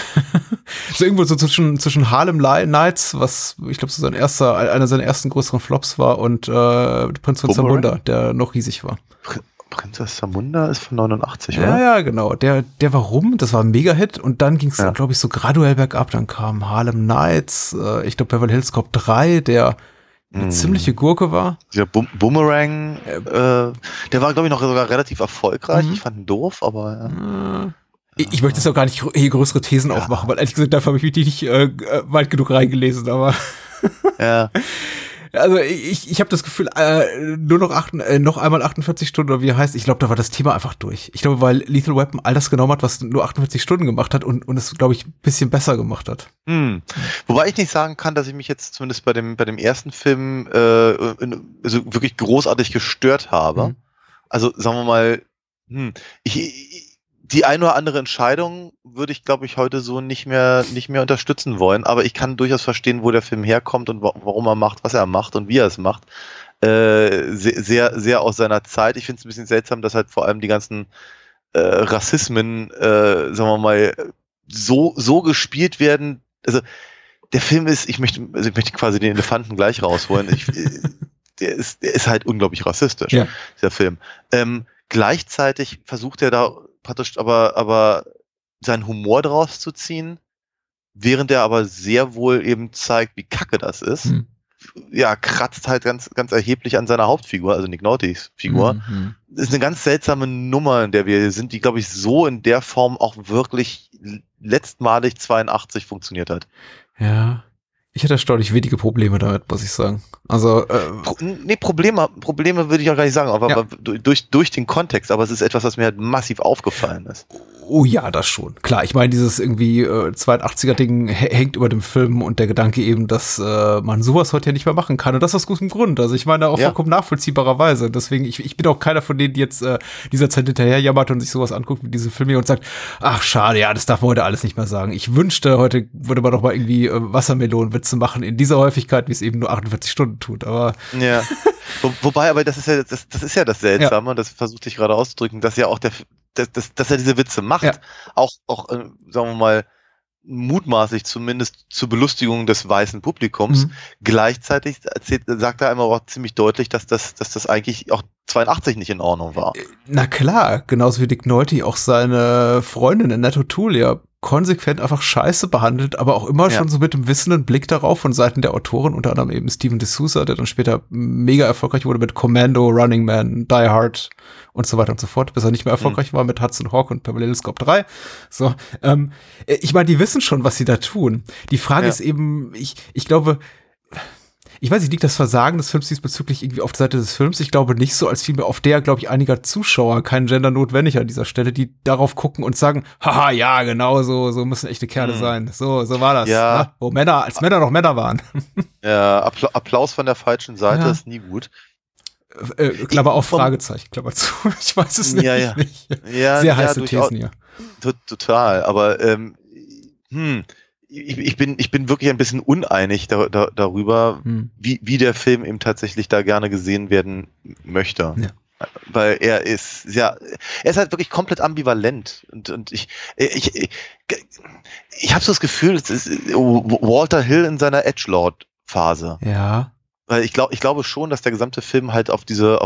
So irgendwo so zwischen Harlem Nights, was ich glaube so einer seiner ersten größeren Flops war, und Prinz von Zamunda, der noch riesig war. Prinzess Zamunda ist von 89, oder? Ja, genau. Der war rum, das war ein Mega-Hit, und dann ging es, glaube ich, so graduell bergab. Dann kam Harlem Nights, ich glaube Beverly Hills Cop 3, der eine ziemliche Gurke war. Ja, Boomerang, der war, glaube ich, noch sogar relativ erfolgreich. Ich fand ihn doof, aber Ich möchte jetzt auch gar nicht hier größere Thesen aufmachen, weil ehrlich gesagt, dafür habe ich mich nicht weit genug reingelesen, aber ja. Also ich habe das Gefühl, nur noch einmal 48 Stunden, oder wie er heißt, ich glaube, da war das Thema einfach durch. Ich glaube, weil Lethal Weapon all das genommen hat, was nur 48 Stunden gemacht hat und es, glaube ich, ein bisschen besser gemacht hat. Wobei ich nicht sagen kann, dass ich mich jetzt zumindest bei dem ersten Film also wirklich großartig gestört habe. Also sagen wir mal, die eine oder andere Entscheidung würde ich, glaube ich, heute so nicht mehr unterstützen wollen, aber ich kann durchaus verstehen, wo der Film herkommt und warum er macht, was er macht und wie er es macht. Sehr, sehr aus seiner Zeit. Ich finde es ein bisschen seltsam, dass halt vor allem die ganzen Rassismen, sagen wir mal, so gespielt werden. Also der Film ist, ich möchte quasi den Elefanten gleich rausholen. Der ist halt unglaublich rassistisch, dieser Film. Gleichzeitig versucht er da praktisch aber seinen Humor draus zu ziehen, während er aber sehr wohl eben zeigt, wie kacke das ist. Ja, kratzt halt ganz, ganz erheblich an seiner Hauptfigur, also Nick Nolte's Figur. Das ist eine ganz seltsame Nummer, in der wir sind, die, glaube ich, so in der Form auch wirklich letztmalig 82 funktioniert hat. Ja. Ich hatte erstaunlich wenige Probleme damit, muss ich sagen. Also Probleme würde ich auch gar nicht sagen, aber durch den Kontext, aber es ist etwas, was mir halt massiv aufgefallen ist. Oh ja, das schon. Klar, ich meine, dieses irgendwie 82er-Ding hängt über dem Film, und der Gedanke eben, dass man sowas heute ja nicht mehr machen kann. Und das aus gutem Grund. Also ich meine, auch vollkommen nachvollziehbarerweise. Deswegen, ich bin auch keiner von denen, die jetzt dieser Zeit hinterher jammert und sich sowas anguckt wie diesen Film hier und sagt, ach schade, ja, das darf man heute alles nicht mehr sagen. Ich wünschte, heute würde man doch mal irgendwie Wassermelonenwitze Witze machen in dieser Häufigkeit, wie es eben nur 48 Stunden tut. Aber ja. Wobei, aber das ist ja das Seltsame, und das versuchte ich gerade auszudrücken, dass ja auch dass er diese Witze macht, auch sagen wir mal, mutmaßlich zumindest zur Belustigung des weißen Publikums. Gleichzeitig sagt er einmal auch ziemlich deutlich, dass das eigentlich auch 82 nicht in Ordnung war. Na klar, genauso wie Nick Nolte auch seine Freundin Annette O'Toole ja konsequent einfach scheiße behandelt, aber auch immer schon so mit dem wissenden Blick darauf von Seiten der Autoren, unter anderem eben Steven D'Souza, der dann später mega erfolgreich wurde mit Commando, Running Man, Die Hard und so weiter und so fort, bis er nicht mehr erfolgreich war mit Hudson Hawk und Beverly Hills Cop 3. So, ich meine, die wissen schon, was sie da tun. Die Frage ist eben, ich glaube, ich weiß nicht, liegt das Versagen des Films diesbezüglich irgendwie auf der Seite des Films? Ich glaube nicht so, als vielmehr auf der, glaube ich, einiger Zuschauer, kein Gender notwendig an dieser Stelle, die darauf gucken und sagen, haha, ja, genau, so müssen echte Kerle sein. So war das. Ja. Ne? Wo Männer, als Männer noch Männer waren. Ja, Applaus von der falschen Seite ist nie gut. Klammer auf, Fragezeichen, Klammer zu. Ich weiß es nicht. Ja, sehr heiße Thesen hier. Total, aber ich bin wirklich ein bisschen uneinig darüber, wie der Film eben tatsächlich da gerne gesehen werden möchte. Ja. Weil er ist halt wirklich komplett ambivalent und ich habe so das Gefühl, es ist Walter Hill in seiner Edgelord-Phase. Ja. Weil ich glaube schon, dass der gesamte Film halt auf diese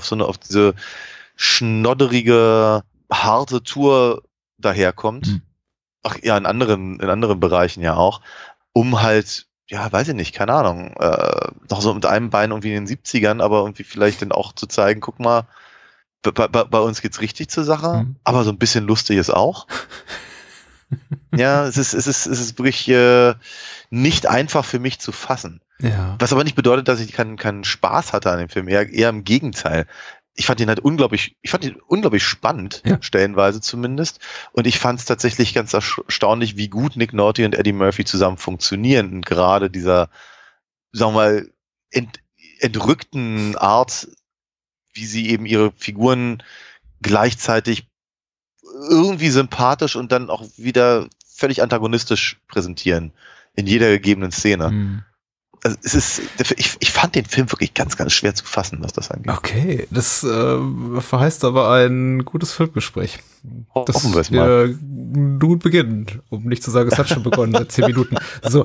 schnodderige, harte Tour daherkommt. Ach ja, in anderen Bereichen ja auch, um halt, ja, weiß ich nicht, keine Ahnung, noch so mit einem Bein irgendwie in den 70ern, aber irgendwie vielleicht dann auch zu zeigen, guck mal, bei uns geht's richtig zur Sache, aber so ein bisschen lustig ist auch. Ja, es ist wirklich nicht einfach für mich zu fassen. Ja. Was aber nicht bedeutet, dass ich keinen Spaß hatte an dem Film, eher im Gegenteil. Ich fand ihn unglaublich spannend, stellenweise zumindest. Und ich fand es tatsächlich ganz erstaunlich, wie gut Nick Nolte und Eddie Murphy zusammen funktionieren. Und gerade dieser, sagen wir mal, entrückten Art, wie sie eben ihre Figuren gleichzeitig irgendwie sympathisch und dann auch wieder völlig antagonistisch präsentieren in jeder gegebenen Szene. Also ich fand den Film wirklich ganz, ganz schwer zu fassen, was das angeht. Okay, das verheißt aber ein gutes Filmgespräch. Hoffen wir es mal. Nun beginnen, um nicht zu sagen, es hat schon begonnen, seit 10 Minuten. So,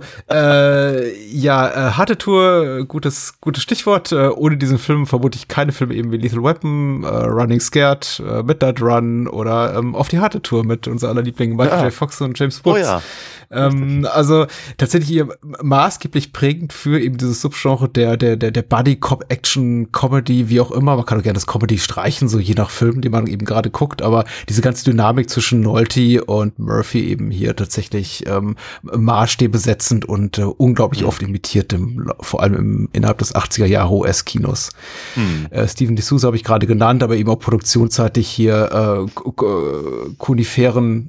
harte Tour, gutes Stichwort. Ohne diesen Film vermute ich keine Filme eben wie Lethal Weapon, Running Scared, Midnight Run oder Auf die harte Tour mit unser aller Lieblingen Michael J. Fox und James Woods. Oh ja. Also tatsächlich maßgeblich prägend für eben dieses Subgenre der Buddy-Cop-Action-Comedy, wie auch immer. Man kann auch gerne das Comedy streichen, so je nach Film, den man eben gerade guckt, aber diese ganze Dynamik zwischen Nolte und Murphy eben hier tatsächlich Maßstäbe setzend und unglaublich oft imitiert, vor allem innerhalb des 80er Jahre US-Kinos. Steven D'Souza habe ich gerade genannt, aber eben auch produktionsseitig hier koniferen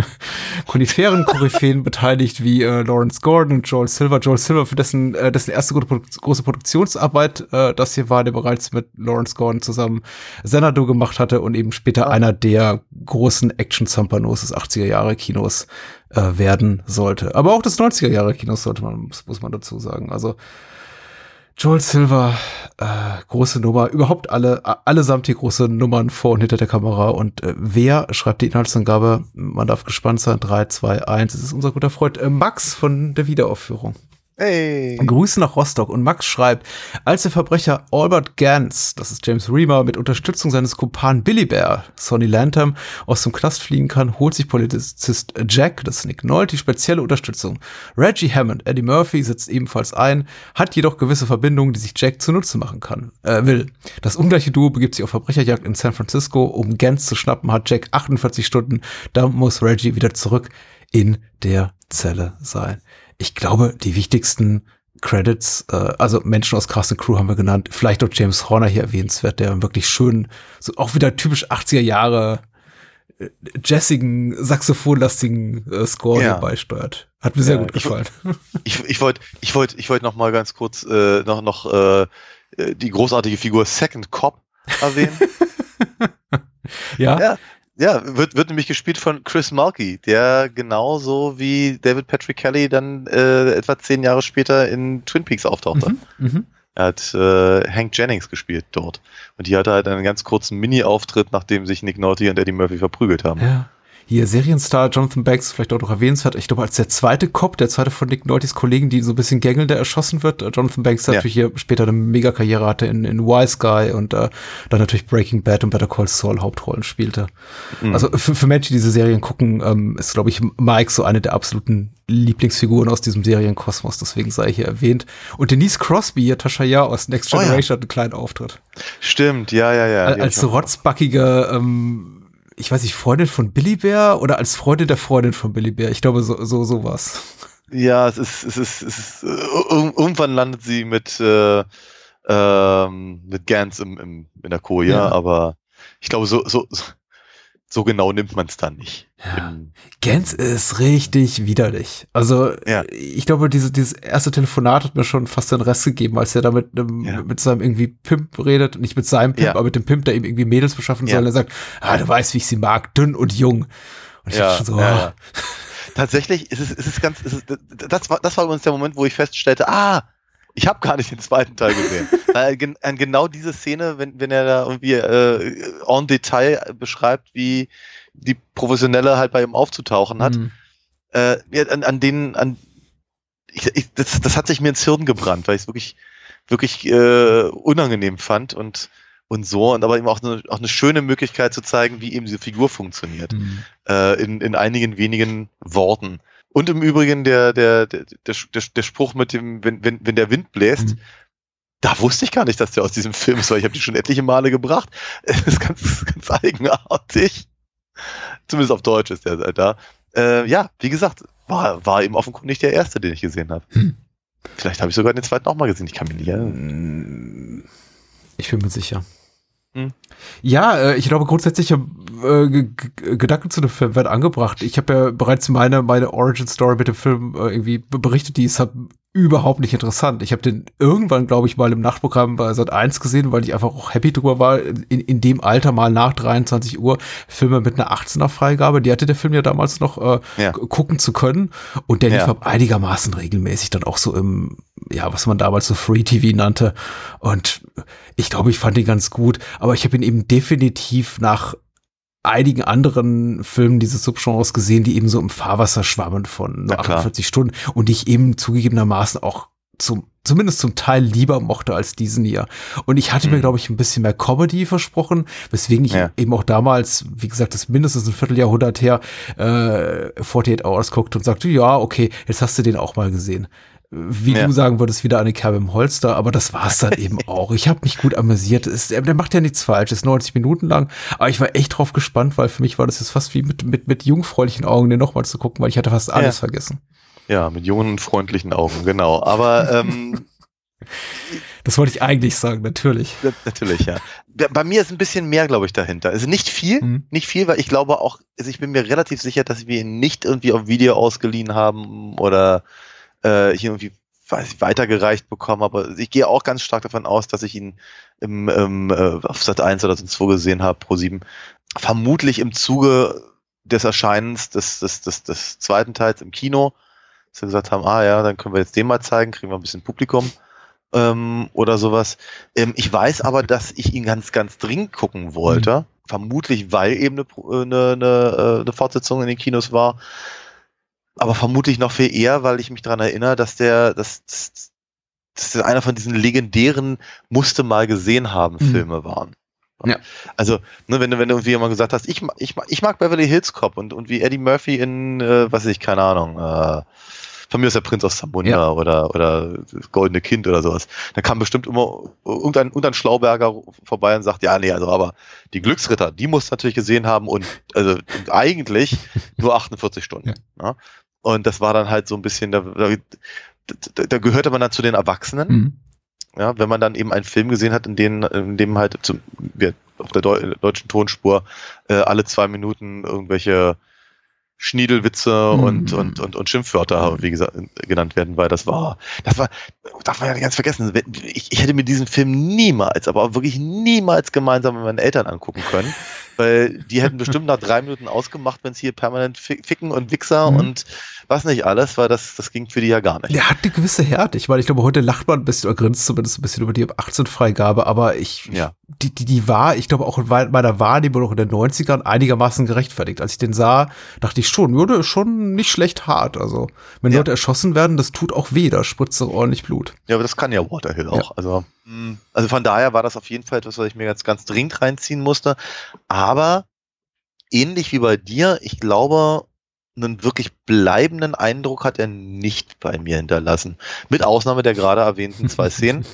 Koryphäen beteiligt wie Lawrence Gordon und Joel Silver. Joel Silver, für dessen erste große Produktionsarbeit das hier war, der bereits mit Lawrence Gordon zusammen Xanadu gemacht hatte und eben später einer der großen Action-Zampanos des 80er-Jahre-Kinos werden sollte. Aber auch des 90er-Jahre-Kinos muss man dazu sagen. Also Joel Silver, große Nummer, überhaupt allesamt hier große Nummern vor und hinter der Kamera. Und wer schreibt die Inhaltsangabe? Man darf gespannt sein. 3, 2, 1. Es ist unser guter Freund Max von der Wiederaufführung. Hey. Grüße nach Rostock. Und Max schreibt, als der Verbrecher Albert Gans, das ist James Remar, mit Unterstützung seines Kumpanen Billy Bear, Sonny Lantham, aus dem Knast fliehen kann, holt sich Polizist Jack, das ist Nick Nolte, spezielle Unterstützung. Reggie Hammond, Eddie Murphy, setzt ebenfalls ein, hat jedoch gewisse Verbindungen, die sich Jack zunutze machen will. Das ungleiche Duo begibt sich auf Verbrecherjagd in San Francisco. Um Gans zu schnappen, hat Jack 48 Stunden. Da muss Reggie wieder zurück in der Zelle sein. Ich glaube, die wichtigsten Credits, also Menschen aus Cast and Crew haben wir genannt, vielleicht auch James Horner hier erwähnenswert, der wirklich schön, so auch wieder typisch 80er Jahre jazzigen, saxophonlastigen Score hier beisteuert. Hat mir sehr gut gefallen. Ich wollte noch mal ganz kurz noch die großartige Figur Second Cop erwähnen. Ja. wird nämlich gespielt von Chris Mulkey, der genauso wie David Patrick Kelly dann etwa 10 Jahre später in Twin Peaks auftauchte. Er hat Hank Jennings gespielt dort. Und die hatte halt einen ganz kurzen Mini-Auftritt, nachdem sich Nick Nolte und Eddie Murphy verprügelt haben. Ja. Hier Serienstar Jonathan Banks, vielleicht auch noch erwähnenswert, ich glaube als der zweite Cop, der zweite von Nick Noltes Kollegen, die so ein bisschen gängeln, der erschossen wird. Jonathan Banks der natürlich hier später eine Mega-Karriere hatte in Wise Guy und dann natürlich Breaking Bad und Better Call Saul Hauptrollen spielte. Also für Menschen, die diese Serien gucken, ist, glaube ich, Mike so eine der absoluten Lieblingsfiguren aus diesem Serienkosmos, deswegen sei hier erwähnt. Und Denise Crosby, Tasha Yar aus Next Generation, hat einen kleinen Auftritt. Stimmt, ja. Als rotzbackige ich weiß nicht, Freundin von Billy Bear oder als Freundin der Freundin von Billy Bear? Ich glaube, sowas. Ja, es ist irgendwann landet sie mit Gans in der Koje, aber ich glaube, so genau nimmt man es dann nicht. Ja. Gans ist richtig widerlich. Also ich glaube, dieses erste Telefonat hat mir schon fast den Rest gegeben, als er da mit seinem irgendwie Pimp redet, nicht mit seinem Pimp, aber mit dem Pimp, der ihm irgendwie Mädels beschaffen soll. Und er sagt, du weißt, wie ich sie mag, dünn und jung. Und ich dachte schon so, Tatsächlich das war übrigens der Moment, wo ich feststellte, ich habe gar nicht den zweiten Teil gesehen. Genau diese Szene, wenn er da irgendwie en Detail beschreibt, wie die Professionelle halt bei ihm aufzutauchen hat, das hat sich mir ins Hirn gebrannt, weil ich es wirklich unangenehm fand und so, und aber eben auch eine schöne Möglichkeit zu zeigen, wie eben diese Figur funktioniert, in einigen wenigen Worten. Und im Übrigen der Spruch mit dem, wenn der Wind bläst, da wusste ich gar nicht, dass der aus diesem Film ist, weil ich habe die schon etliche Male gebracht. Es ist ganz, ganz eigenartig. Zumindest auf Deutsch ist der da. Wie gesagt, war eben offenkundig der erste, den ich gesehen habe. Vielleicht habe ich sogar den zweiten auch mal gesehen. Ich kann mich nicht erinnern. Ich bin mir sicher. Ja, ich glaube, grundsätzlich Gedanken zu dem Film werden angebracht. Ich habe ja bereits meine Origin-Story mit dem Film irgendwie berichtet, die ist halt überhaupt nicht interessant. Ich habe den irgendwann, glaube ich, mal im Nachtprogramm bei Sat.1 gesehen, weil ich einfach auch happy drüber war, in dem Alter mal nach 23 Uhr Filme mit einer 18er-Freigabe, die hatte der Film ja damals noch gucken zu können. Und der lief einigermaßen regelmäßig dann auch so im, was man damals so Free TV nannte. Und ich glaube, ich fand ihn ganz gut, aber ich habe ihn eben definitiv nach einigen anderen Filmen dieses Subgenres gesehen, die eben so im Fahrwasser schwammen von nur 48 Stunden und die ich eben zugegebenermaßen auch zumindest zum Teil lieber mochte als diesen hier. Und ich hatte mir, glaube ich, ein bisschen mehr Comedy versprochen, weswegen ich eben auch damals, wie gesagt, das ist mindestens ein Vierteljahrhundert her, 48 Hours guckte und sagte, ja, okay, jetzt hast du den auch mal gesehen. Wie du sagen würdest, wieder eine Kerbe im Holster, aber das war's dann eben auch. Ich habe mich gut amüsiert. Der macht ja nichts falsch, ist 90 Minuten lang, aber ich war echt drauf gespannt, weil für mich war das jetzt fast wie mit jungfräulichen Augen, den nochmal zu gucken, weil ich hatte fast alles vergessen. Ja, mit jungen, freundlichen Augen, genau. Aber das wollte ich eigentlich sagen, natürlich. Natürlich, ja. Bei mir ist ein bisschen mehr, glaube ich, dahinter. Also nicht viel, weil ich glaube auch, also ich bin mir relativ sicher, dass wir ihn nicht irgendwie auf Video ausgeliehen haben oder hier irgendwie weitergereicht bekommen, aber ich gehe auch ganz stark davon aus, dass ich ihn auf Sat.1 oder sonst wo gesehen habe, Pro7, vermutlich im Zuge des Erscheinens des zweiten Teils im Kino, dass wir gesagt haben, dann können wir jetzt den mal zeigen, kriegen wir ein bisschen Publikum oder sowas. Ich weiß aber, dass ich ihn ganz, ganz dringend gucken wollte, vermutlich, weil eben eine Fortsetzung in den Kinos war, aber vermutlich noch viel eher, weil ich mich daran erinnere, dass der einer von diesen legendären musste mal gesehen haben Filme waren. Ja. Also, wenn du irgendwie mal gesagt hast, ich mag Beverly Hills Cop und wie Eddie Murphy in, keine Ahnung, von mir ist der Prinz aus Zamunda oder das Goldene Kind oder sowas. Dann kam bestimmt immer irgendein Schlauberger vorbei und sagt, aber die Glücksritter, die musst du natürlich gesehen haben und eigentlich nur 48 Stunden. Ja. Und das war dann halt so ein bisschen, da gehörte man dann zu den Erwachsenen. Ja, wenn man dann eben einen Film gesehen hat, in dem halt auf der deutschen Tonspur alle 2 Minuten irgendwelche Schniedelwitze und Schimpfwörter, wie gesagt, genannt werden, weil das war, darf man ja nicht ganz vergessen. Ich hätte mir diesen Film niemals, aber auch wirklich niemals gemeinsam mit meinen Eltern angucken können, Weil die hätten bestimmt nach 3 Minuten ausgemacht, wenn es hier permanent Ficken und Wichser und was nicht alles, weil das ging für die ja gar nicht. Der hat eine gewisse Härte. Ich meine, ich glaube, heute lacht man ein bisschen oder grinst zumindest ein bisschen über die 18-Freigabe, aber die war, ich glaube, auch in meiner Wahrnehmung noch in den 90ern einigermaßen gerechtfertigt. Als ich den sah, dachte ich schon, der ist schon nicht schlecht hart. Also, wenn Leute erschossen werden, das tut auch weh, da spritzt so ordentlich Blut. Ja, aber das kann ja Water Hill auch. Also von daher war das auf jeden Fall etwas, was ich mir jetzt ganz dringend reinziehen musste. Aber ähnlich wie bei dir, ich glaube, einen wirklich bleibenden Eindruck hat er nicht bei mir hinterlassen. Mit Ausnahme der gerade erwähnten 2 Szenen.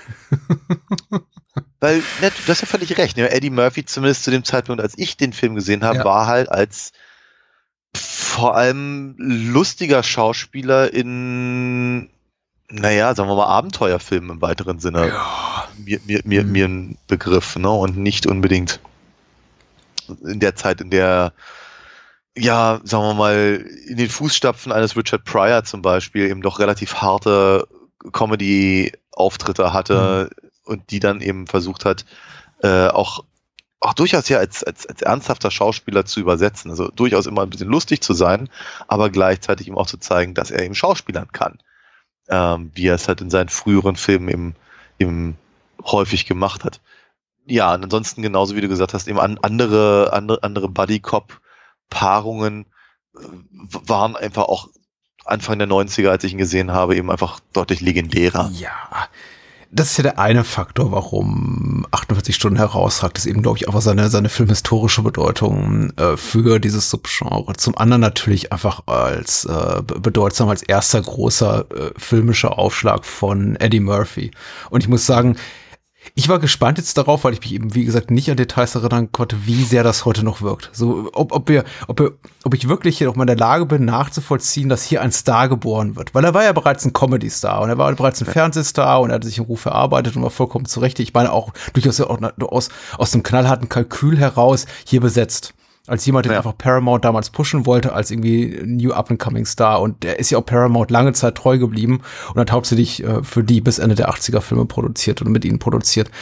Weil, du hast ja völlig recht. Ne? Eddie Murphy, zumindest zu dem Zeitpunkt, als ich den Film gesehen habe, war halt als vor allem lustiger Schauspieler in, sagen wir mal, Abenteuerfilmen im weiteren Sinne mir ein Begriff, ne? Und nicht unbedingt in der Zeit, in der, sagen wir mal, in den Fußstapfen eines Richard Pryor zum Beispiel eben doch relativ harte Comedy-Auftritte hatte und die dann eben versucht hat, auch durchaus ja als ernsthafter Schauspieler zu übersetzen. Also durchaus immer ein bisschen lustig zu sein, aber gleichzeitig ihm auch zu zeigen, dass er eben schauspielern kann. Wie er es halt in seinen früheren Filmen eben häufig gemacht hat. Ja, und ansonsten genauso wie du gesagt hast, eben andere Buddy-Cop-Paarungen waren einfach auch Anfang der 90er, als ich ihn gesehen habe, eben einfach deutlich legendärer. Ja, das ist ja der eine Faktor, warum 48 Stunden herausragt, ist eben, glaube ich, einfach seine filmhistorische Bedeutung für dieses Subgenre. Zum anderen natürlich einfach als bedeutsam als erster großer filmischer Aufschlag von Eddie Murphy. Und ich muss sagen, ich war gespannt jetzt darauf, weil ich mich eben, wie gesagt, nicht an Details erinnern konnte, wie sehr das heute noch wirkt. So, ob ich wirklich hier noch mal in der Lage bin, nachzuvollziehen, dass hier ein Star geboren wird. Weil er war ja bereits ein Comedy-Star und er war bereits ein Fernsehstar und er hat sich einen Ruf erarbeitet und war vollkommen zurecht. Ich meine auch durchaus auch aus dem knallharten Kalkül heraus hier besetzt. Als jemand, den einfach Paramount damals pushen wollte, als irgendwie New Up-and-Coming Star. Und der ist ja auch Paramount lange Zeit treu geblieben und hat hauptsächlich für die bis Ende der 80er Filme produziert und mit ihnen produziert.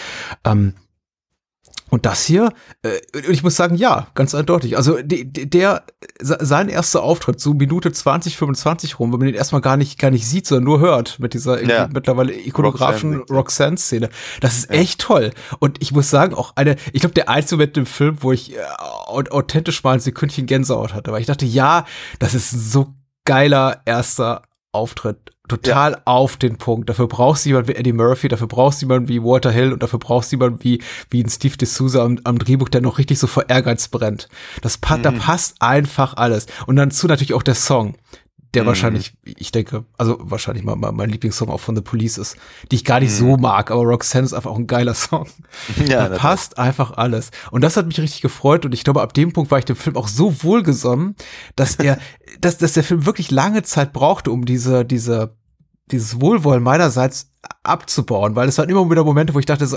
Und das hier, ich muss sagen, ja, ganz eindeutig. Also sein erster Auftritt, so Minute 20, 25 rum, wenn man den erstmal gar nicht sieht, sondern nur hört mit dieser mittlerweile ikonografischen Roxanne-Szene. Das ist echt toll. Und ich muss sagen, auch ich glaube, der einzige Moment im Film, wo ich authentisch mal ein Sekündchen Gänsehaut hatte, weil ich dachte, ja, das ist ein so geiler erster Auftritt. Total auf den Punkt. Dafür brauchst du jemanden wie Eddie Murphy, dafür brauchst du jemanden wie Walter Hill und dafür brauchst du jemanden wie ein Steve D'Souza am Drehbuch, der noch richtig so vor Ehrgeiz brennt. Da passt einfach alles. Und dazu natürlich auch der Song, der wahrscheinlich, ich denke, also wahrscheinlich mal mein Lieblingssong auch von The Police ist, die ich gar nicht so mag, aber Roxanne ist einfach auch ein geiler Song. Ja, da passt einfach alles. Und das hat mich richtig gefreut und ich glaube, ab dem Punkt war ich dem Film auch so wohlgesonnen, dass dass der Film wirklich lange Zeit brauchte, um dieses Wohlwollen meinerseits abzubauen, weil es waren immer wieder Momente, wo ich dachte so,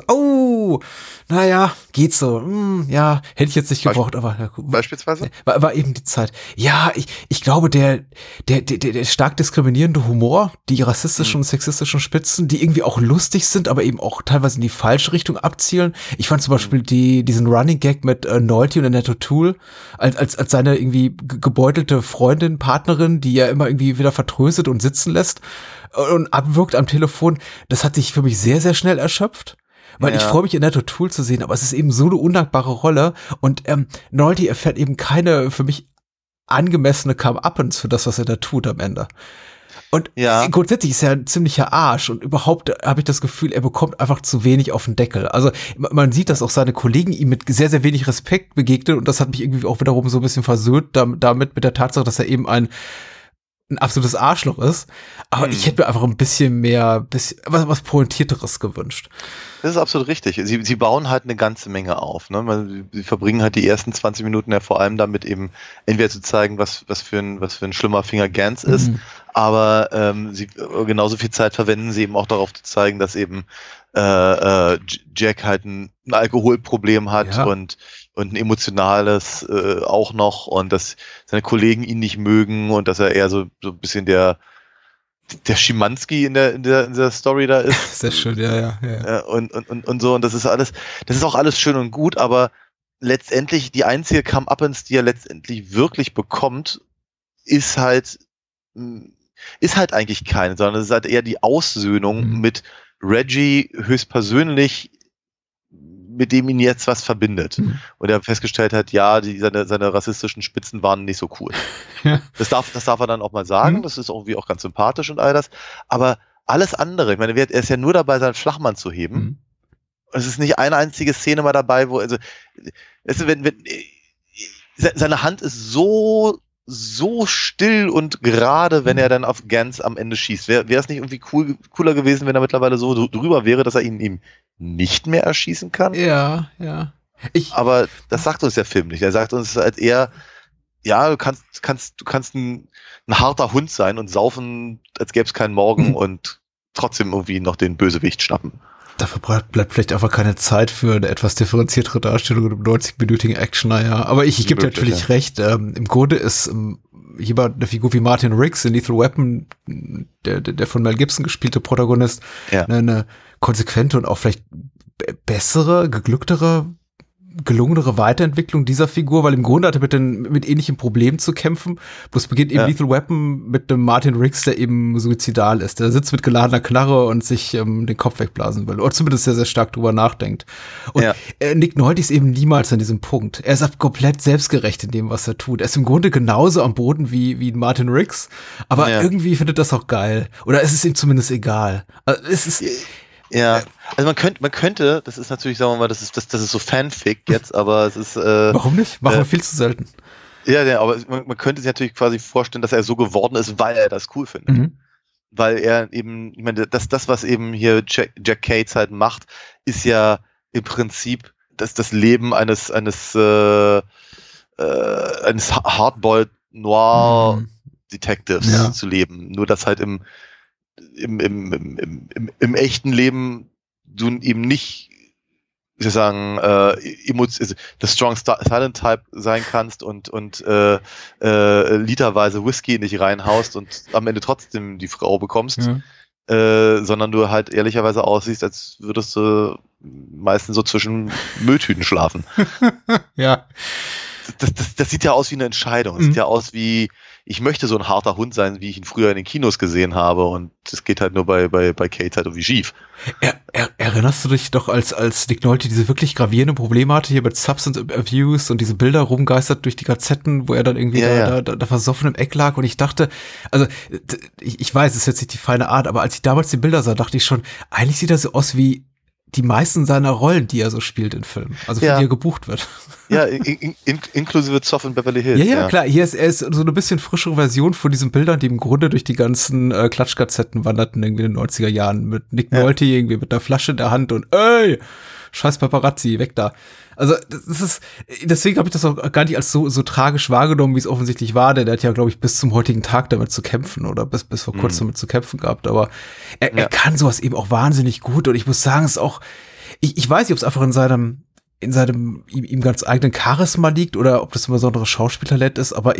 geht so, hätte ich jetzt nicht gebraucht, aber ja, beispielsweise war eben die Zeit. Ja, ich glaube, der stark diskriminierende Humor, die rassistischen und sexistischen Spitzen, die irgendwie auch lustig sind, aber eben auch teilweise in die falsche Richtung abzielen. Ich fand zum Beispiel diesen Running Gag mit Nolte und Annette O'Toole als seine irgendwie gebeutelte Freundin, Partnerin, die er immer irgendwie wieder vertröstet und sitzen lässt und abwirkt am Telefon, das hat sich für mich sehr, sehr schnell erschöpft. Weil ich freue mich, Annette O'Toole zu sehen, aber es ist eben so eine undankbare Rolle und Nolte erfährt eben keine für mich angemessene Come-Uppens für das, was er da tut am Ende. Und grundsätzlich ist er ein ziemlicher Arsch und überhaupt habe ich das Gefühl, er bekommt einfach zu wenig auf den Deckel. Also man sieht, dass auch seine Kollegen ihm mit sehr, sehr wenig Respekt begegnen und das hat mich irgendwie auch wiederum so ein bisschen versöhnt damit mit der Tatsache, dass er eben ein absolutes Arschloch ist. Aber ich hätte mir einfach ein bisschen mehr, was Pointierteres gewünscht. Das ist absolut richtig. Sie bauen halt eine ganze Menge auf. Ne? Sie verbringen halt die ersten 20 Minuten ja vor allem damit eben entweder zu zeigen, was für ein schlimmer Finger Gans ist, aber sie genauso viel Zeit verwenden sie eben auch darauf zu zeigen, dass eben Jack halt ein Alkoholproblem hat und ein emotionales auch noch und dass seine Kollegen ihn nicht mögen und dass er eher so ein bisschen der Schimanski in der Story da ist. Sehr schön, ja. Und so, und das ist auch alles schön und gut, aber letztendlich die einzige Come-Uppance, die er letztendlich wirklich bekommt, ist halt eigentlich keine, sondern es ist halt eher die Aussöhnung mit Reggie höchstpersönlich, mit dem ihn jetzt was verbindet. Und er festgestellt hat, ja, seine rassistischen Spitzen waren nicht so cool. Ja. Das darf er dann auch mal sagen, das ist irgendwie auch ganz sympathisch und all das, aber alles andere, ich meine, er ist ja nur dabei, seinen Flachmann zu heben. Es ist nicht eine einzige Szene mal dabei, wo, also, seine Hand ist so still und gerade, wenn er dann auf Gans am Ende schießt. Wäre es nicht irgendwie cooler gewesen, wenn er mittlerweile so drüber wäre, dass er ihn ihm nicht mehr erschießen kann? Ja. Aber das sagt uns der Film nicht. Er sagt uns halt eher, ja, du kannst ein harter Hund sein und saufen, als gäbe es keinen Morgen und trotzdem irgendwie noch den Bösewicht schnappen. Dafür bleibt vielleicht einfach keine Zeit für eine etwas differenziertere Darstellung in einem 90-minütigen Action, naja. Aber ich gebe dir natürlich recht. Im Grunde ist jemand, eine Figur wie Martin Riggs in Lethal Weapon, der von Mel Gibson gespielte Protagonist, eine konsequente und auch vielleicht bessere, geglücktere, gelungenere Weiterentwicklung dieser Figur, weil im Grunde hat er mit ähnlichen Problemen zu kämpfen. Wo es beginnt eben Lethal Weapon mit einem Martin Riggs, der eben suizidal ist. Der sitzt mit geladener Knarre und sich den Kopf wegblasen will. Oder zumindest sehr, sehr stark drüber nachdenkt. Und Nick Nolte ist eben niemals an diesem Punkt. Er ist komplett selbstgerecht in dem, was er tut. Er ist im Grunde genauso am Boden wie Martin Riggs, aber irgendwie findet das auch geil. Oder es ist ihm zumindest egal. Also es ist... Ja, also man könnte, das ist natürlich, sagen wir mal, das ist so Fanfic jetzt, aber es ist... Warum nicht? Machen wir viel zu selten. Ja, aber man könnte sich natürlich quasi vorstellen, dass er so geworden ist, weil er das cool findet. Weil er eben, ich meine, das was eben hier Jack Cates halt macht, ist ja im Prinzip das Leben eines Hardboiled Noir Detectives zu leben. Nur dass halt im echten Leben du eben nicht, wie soll ich sagen, das Strong Silent Type sein kannst und literweise Whisky nicht reinhaust und am Ende trotzdem die Frau bekommst, sondern du halt ehrlicherweise aussiehst, als würdest du meistens so zwischen Mülltüten schlafen. Ja. Das sieht ja aus wie eine Entscheidung. Es sieht ja aus wie, ich möchte so ein harter Hund sein, wie ich ihn früher in den Kinos gesehen habe, und das geht halt nur bei Kate halt irgendwie schief. Erinnerst du dich doch, als Nick Nolte diese wirklich gravierenden Probleme hatte hier mit Substance Abuse und diese Bilder rumgeistert durch die Gazetten, wo er dann irgendwie da versoffen im Eck lag, und ich dachte, also ich weiß, es ist jetzt nicht die feine Art, aber als ich damals die Bilder sah, dachte ich schon, eigentlich sieht er so aus wie die meisten seiner Rollen, die er so spielt in Filmen, also für die er gebucht wird. Ja, inklusive Zoff in Beverly Hills. Ja, klar, er ist so eine bisschen frischere Version von diesen Bildern, die im Grunde durch die ganzen Klatschgazetten wanderten irgendwie in den 90er Jahren, mit Nick Nolte irgendwie mit einer Flasche in der Hand und ey, scheiß Paparazzi, weg da. Also deswegen habe ich das auch gar nicht als so tragisch wahrgenommen, wie es offensichtlich war, denn der hat ja, glaube ich, bis zum heutigen Tag damit zu kämpfen oder bis vor kurzem damit zu kämpfen gehabt, aber er kann sowas eben auch wahnsinnig gut, und ich muss sagen, es ist auch, ich weiß nicht, ob es einfach in seinem ihm ganz eigenen Charisma liegt oder ob das ein besonderes Schauspielertalent ist, aber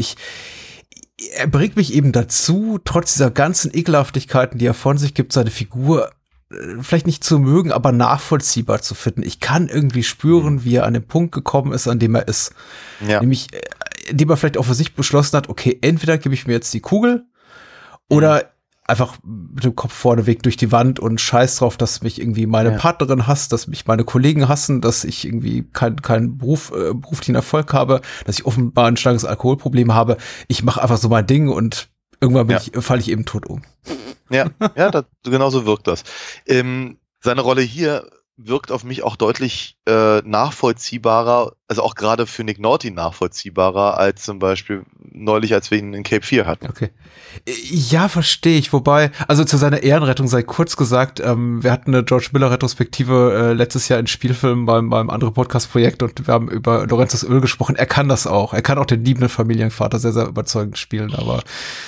er bringt mich eben dazu, trotz dieser ganzen Ekelhaftigkeiten, die er von sich gibt, seine Figur vielleicht nicht zu mögen, aber nachvollziehbar zu finden. Ich kann irgendwie spüren, wie er an den Punkt gekommen ist, an dem er ist. Ja. Nämlich, indem er vielleicht auch für sich beschlossen hat, okay, entweder gebe ich mir jetzt die Kugel oder einfach mit dem Kopf vorneweg durch die Wand und scheiß drauf, dass mich irgendwie meine Partnerin hasst, dass mich meine Kollegen hassen, dass ich irgendwie keinen beruflichen Erfolg habe, dass ich offenbar ein starkes Alkoholproblem habe. Ich mache einfach so mein Ding und irgendwann falle ich eben tot um. Ja, genau so wirkt das. Seine Rolle hier wirkt auf mich auch deutlich nachvollziehbarer, also auch gerade für Nick Nolte nachvollziehbarer, als zum Beispiel neulich, als wir ihn in Cape Fear hatten. Okay. Ja, verstehe ich. Wobei, also zu seiner Ehrenrettung sei kurz gesagt, wir hatten eine George Miller-Retrospektive letztes Jahr in Spielfilmen beim anderen Podcast-Projekt, und wir haben über Lorenzos Öl gesprochen. Er kann das auch. Er kann auch den liebenden Familienvater sehr, sehr überzeugend spielen, aber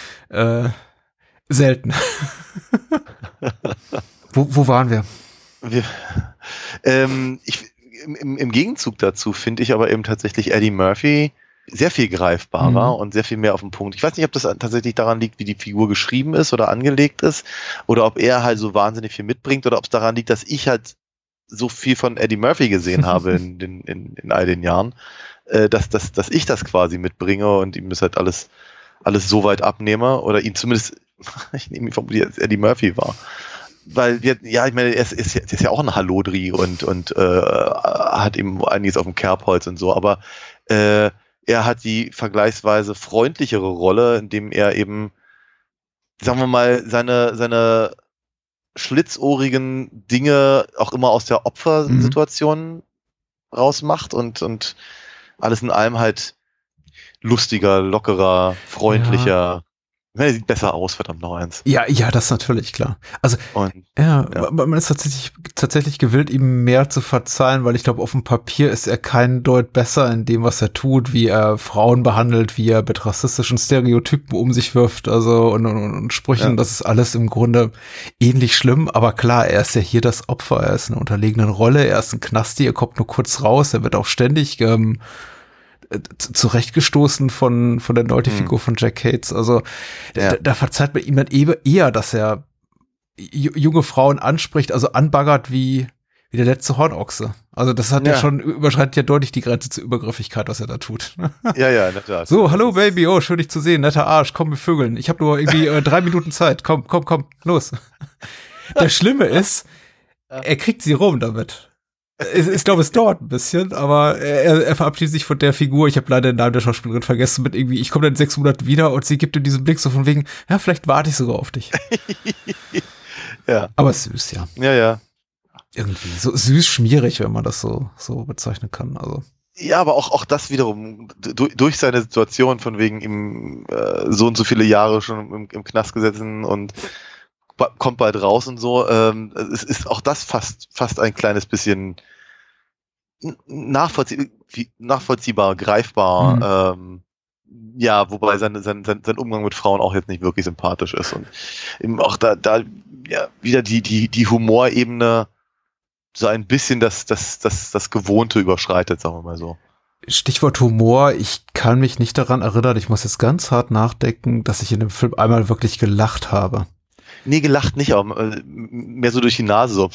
selten. Wo waren wir? Im Gegenzug dazu finde ich aber eben tatsächlich Eddie Murphy sehr viel greifbarer und sehr viel mehr auf den Punkt. Ich weiß nicht, ob das tatsächlich daran liegt, wie die Figur geschrieben ist oder angelegt ist, oder ob er halt so wahnsinnig viel mitbringt, oder ob es daran liegt, dass ich halt so viel von Eddie Murphy gesehen habe in all den Jahren, dass ich das quasi mitbringe und ihm das halt alles so weit abnehme oder ihn zumindest, ich nehme ihn vermutlich als Eddie Murphy wahr. Weil ich meine, er ist ja auch ein Hallodri und hat eben einiges auf dem Kerbholz und so, aber er hat die vergleichsweise freundlichere Rolle, indem er eben, sagen wir mal, seine schlitzohrigen Dinge auch immer aus der Opfersituation rausmacht und alles in allem halt lustiger, lockerer, freundlicher. Ja. Er sieht besser aus, verdammt noch eins. Ja, das natürlich, klar. Also, man ist tatsächlich gewillt, ihm mehr zu verzeihen, weil ich glaube, auf dem Papier ist er kein Deut besser in dem, was er tut, wie er Frauen behandelt, wie er mit rassistischen Stereotypen um sich wirft, also und Sprüchen, das ist alles im Grunde ähnlich schlimm, aber klar, er ist ja hier das Opfer, er ist in einer unterlegenen Rolle, er ist ein Knasti, er kommt nur kurz raus, er wird auch ständig zurechtgestoßen von der Neutefigur von Jack Cates. Also da verzeiht man ihm dann eher, dass er junge Frauen anspricht, also anbaggert wie der letzte Hornochse. Also das hat ja schon, überschreitet ja deutlich die Grenze zur Übergriffigkeit, was er da tut. Ja, natürlich. So, hallo Baby, oh, schön dich zu sehen, netter Arsch, komm, wir vögeln. Ich habe nur irgendwie 3 Minuten Zeit, komm, los. Das Schlimme ist, er kriegt sie rum damit. Ich glaube, es dauert ein bisschen, aber er verabschiedet sich von der Figur. Ich habe leider den Namen der Schauspielerin vergessen, mit irgendwie, ich komme dann in 6 Monaten wieder und sie gibt ihm diesen Blick so von wegen, ja, vielleicht warte ich sogar auf dich. Ja. Aber süß, ja. Ja. Irgendwie so süß schmierig, wenn man das so bezeichnen kann. Also. Ja, aber auch das wiederum, durch seine Situation von wegen ihm so und so viele Jahre schon im Knast gesessen und kommt bald raus und so. Es ist auch das fast ein kleines bisschen nachvollziehbar, greifbar. Wobei sein Umgang mit Frauen auch jetzt nicht wirklich sympathisch ist. Und eben auch da wieder die Humorebene so ein bisschen das Gewohnte überschreitet, sagen wir mal so. Stichwort Humor, ich kann mich nicht daran erinnern, ich muss jetzt ganz hart nachdenken, dass ich in dem Film einmal wirklich gelacht habe. Nee, gelacht nicht, aber mehr so durch die Nase so.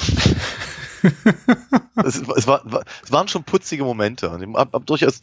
es waren schon putzige Momente. Und ich hab durchaus,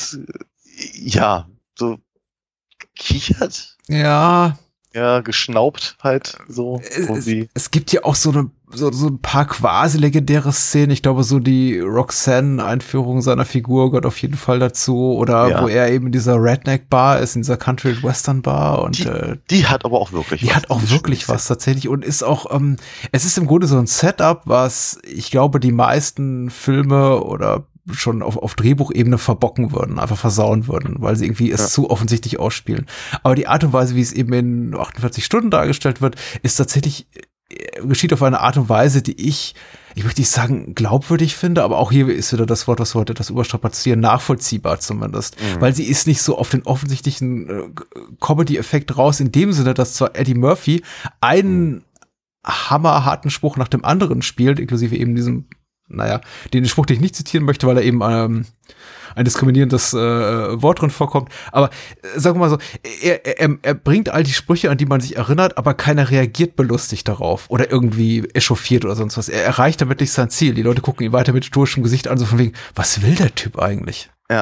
so gekichert. Ja. Ja, geschnaubt halt so. Es gibt ja auch so ein paar quasi legendäre Szenen. Ich glaube, so die Roxanne-Einführung seiner Figur gehört auf jeden Fall dazu. Oder wo er eben in dieser Redneck-Bar ist, in dieser Country-Western-Bar. Und die hat aber auch wirklich was. Die hat auch wirklich was tatsächlich. Und ist auch, es ist im Grunde so ein Setup, was ich glaube, die meisten Filme oder schon auf Drehbuchebene verbocken würden, einfach versauen würden, weil sie irgendwie es zu offensichtlich ausspielen. Aber die Art und Weise, wie es eben in 48 Stunden dargestellt wird, ist tatsächlich, geschieht auf eine Art und Weise, die ich möchte nicht sagen glaubwürdig finde, aber auch hier ist wieder das Wort, was wir heute das überstrapazieren, nachvollziehbar zumindest. Weil sie ist nicht so auf den offensichtlichen Comedy-Effekt raus, in dem Sinne, dass zwar Eddie Murphy einen hammerharten Spruch nach dem anderen spielt, inklusive eben diesem den Spruch, den ich nicht zitieren möchte, weil er eben ein diskriminierendes Wort drin vorkommt. Aber sagen wir mal so, er bringt all die Sprüche, an die man sich erinnert, aber keiner reagiert belustigt darauf oder irgendwie echauffiert oder sonst was. Er erreicht damit nicht sein Ziel. Die Leute gucken ihn weiter mit stoischem Gesicht an, so von wegen, was will der Typ eigentlich? Ja.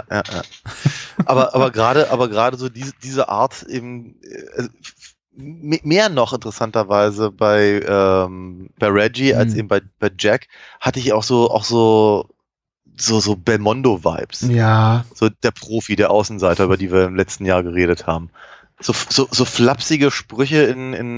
aber gerade so diese Art eben, mehr noch interessanterweise bei Reggie als eben bei Jack hatte ich auch so Belmondo-Vibes. Ja. So der Profi, der Außenseiter, über die wir im letzten Jahr geredet haben. So flapsige Sprüche in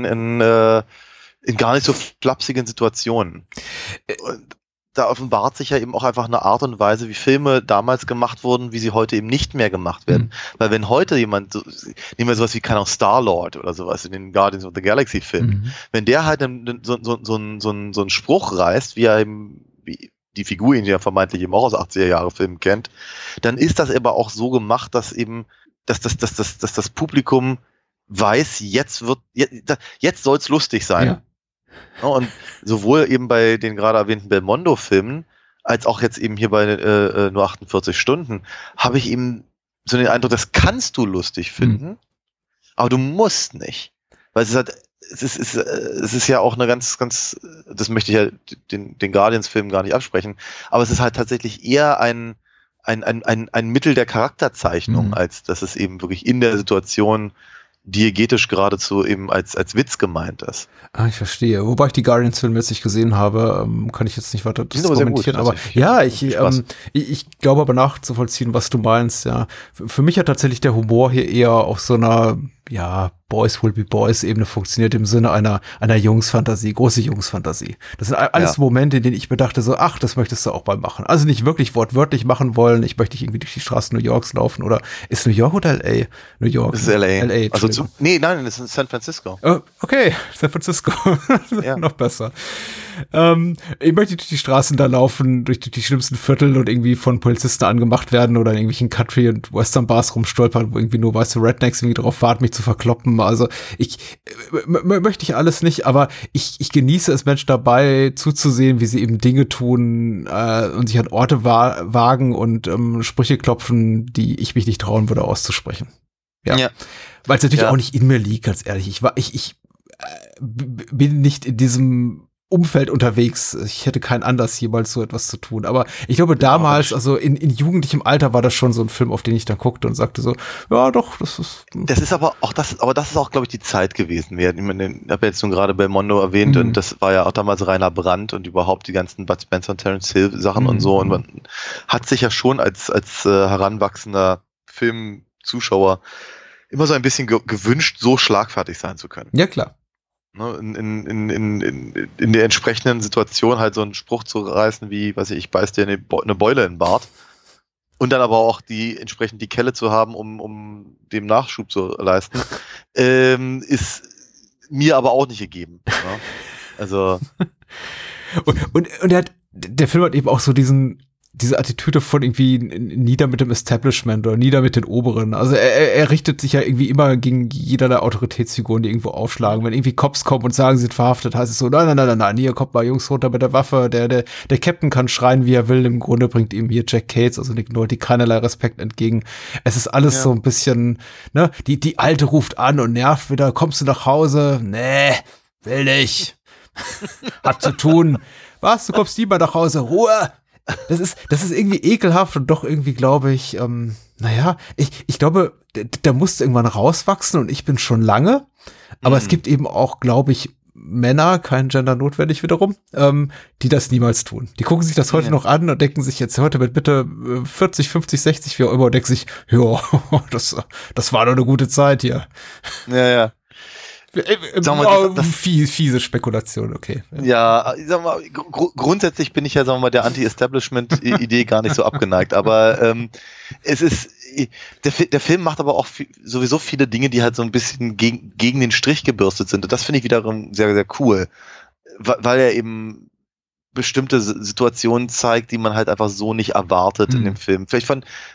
gar nicht so flapsigen Situationen. Und da offenbart sich ja eben auch einfach eine Art und Weise, wie Filme damals gemacht wurden, wie sie heute eben nicht mehr gemacht werden. Weil wenn heute jemand, nehmen wir sowas wie, keine Ahnung, Star-Lord oder sowas in den Guardians of the Galaxy Filmen, wenn der halt so einen Spruch reißt, wie die Figur ihn ja vermeintlich eben auch aus 80er Jahre Filmen kennt, dann ist das aber auch so gemacht, dass eben, dass das Publikum weiß, jetzt soll's lustig sein. Ja. Und sowohl eben bei den gerade erwähnten Belmondo-Filmen, als auch jetzt eben hier bei nur 48 Stunden, habe ich eben so den Eindruck, das kannst du lustig finden, aber du musst nicht. Weil es ist halt es ist ja auch eine ganz, das möchte ich ja den Guardians-Film gar nicht absprechen, aber es ist halt tatsächlich eher ein Mittel der Charakterzeichnung, als dass es eben wirklich in der Situation diegetisch geradezu eben als Witz gemeint ist. Ah, ich verstehe. Wobei ich die Guardians-Filme jetzt nicht gesehen habe, kann ich jetzt nicht weiter das kommentieren. Aber ja, ich glaube aber nachzuvollziehen, was du meinst. Ja, für mich hat tatsächlich der Humor hier eher auf so einer Boys will be Boys Ebene funktioniert im Sinne einer Jungsfantasie, große Jungsfantasie. Das sind alles Momente, in denen ich mir dachte so, ach, das möchtest du auch mal machen. Also nicht wirklich wortwörtlich machen wollen, ich möchte irgendwie durch die Straßen New Yorks laufen oder ist New York oder L.A.? New York. Das ist L.A. Also nein, das ist San Francisco. Okay, San Francisco. Noch besser. Ich möchte durch die Straßen da laufen, durch die schlimmsten Viertel und irgendwie von Polizisten angemacht werden oder in irgendwelchen Country- und Western-Bars rumstolpern, wo irgendwie nur weiße Rednecks irgendwie drauf warten, mich zu verkloppen. Also möchte ich alles nicht, aber ich genieße es, Menschen dabei zuzusehen, wie sie eben Dinge tun und sich an Orte wagen und Sprüche klopfen, die ich mich nicht trauen würde auszusprechen. Ja. Weil es natürlich auch nicht in mir liegt, ganz ehrlich. Ich bin nicht in diesem Umfeld unterwegs. Ich hätte keinen Anlass, jemals so etwas zu tun. Aber ich glaube, damals, also in jugendlichem Alter war das schon so ein Film, auf den ich dann guckte und sagte so, ja doch, das ist... Das ist aber das ist auch, glaube ich, die Zeit gewesen. Ich habe jetzt nun gerade Belmondo erwähnt und das war ja auch damals Rainer Brandt und überhaupt die ganzen Bud Spencer und Terence Hill Sachen und so. Und man hat sich ja schon als heranwachsender Filmzuschauer immer so ein bisschen gewünscht, so schlagfertig sein zu können. Ja, klar. In der entsprechenden Situation halt so einen Spruch zu reißen wie, weiß ich beiß dir eine Beule in den Bart und dann aber auch entsprechend die Kelle zu haben, um dem Nachschub zu leisten, ist mir aber auch nicht gegeben. Ne? Also und der Film hat eben auch so diese Attitüde von irgendwie nieder mit dem Establishment oder nieder mit den Oberen. Also er richtet sich ja irgendwie immer gegen jeder der Autoritätsfiguren, die irgendwo aufschlagen. Wenn irgendwie Cops kommen und sagen, sie sind verhaftet, heißt es so, nein, hier kommt mal Jungs runter mit der Waffe. Der Captain kann schreien, wie er will. Im Grunde bringt ihm hier Jack Cates, also Nick Nolte, keinerlei Respekt entgegen. Es ist alles so ein bisschen, ne, die Alte ruft an und nervt wieder, kommst du nach Hause? Nee, will nicht. Hat zu tun. Was, du kommst lieber nach Hause? Ruhe! Das ist irgendwie ekelhaft und doch irgendwie glaube ich, ich glaube, der musste irgendwann rauswachsen und ich bin schon lange, aber es gibt eben auch, glaube ich, Männer, kein Gender notwendig wiederum, die das niemals tun. Die gucken sich das heute noch an und denken sich jetzt heute mit bitte 40, 50, 60, wie auch immer und denken sich, ja, das war doch eine gute Zeit hier. Ja. Fiese Spekulation, okay. Ja, sag mal, grundsätzlich bin ich ja, sagen wir mal, der Anti-Establishment-Idee gar nicht so abgeneigt, aber es ist, der Film macht aber auch sowieso viele Dinge, die halt so ein bisschen gegen den Strich gebürstet sind und das finde ich wiederum sehr, sehr cool, weil er eben bestimmte Situationen zeigt, die man halt einfach so nicht erwartet in dem Film. Vielleicht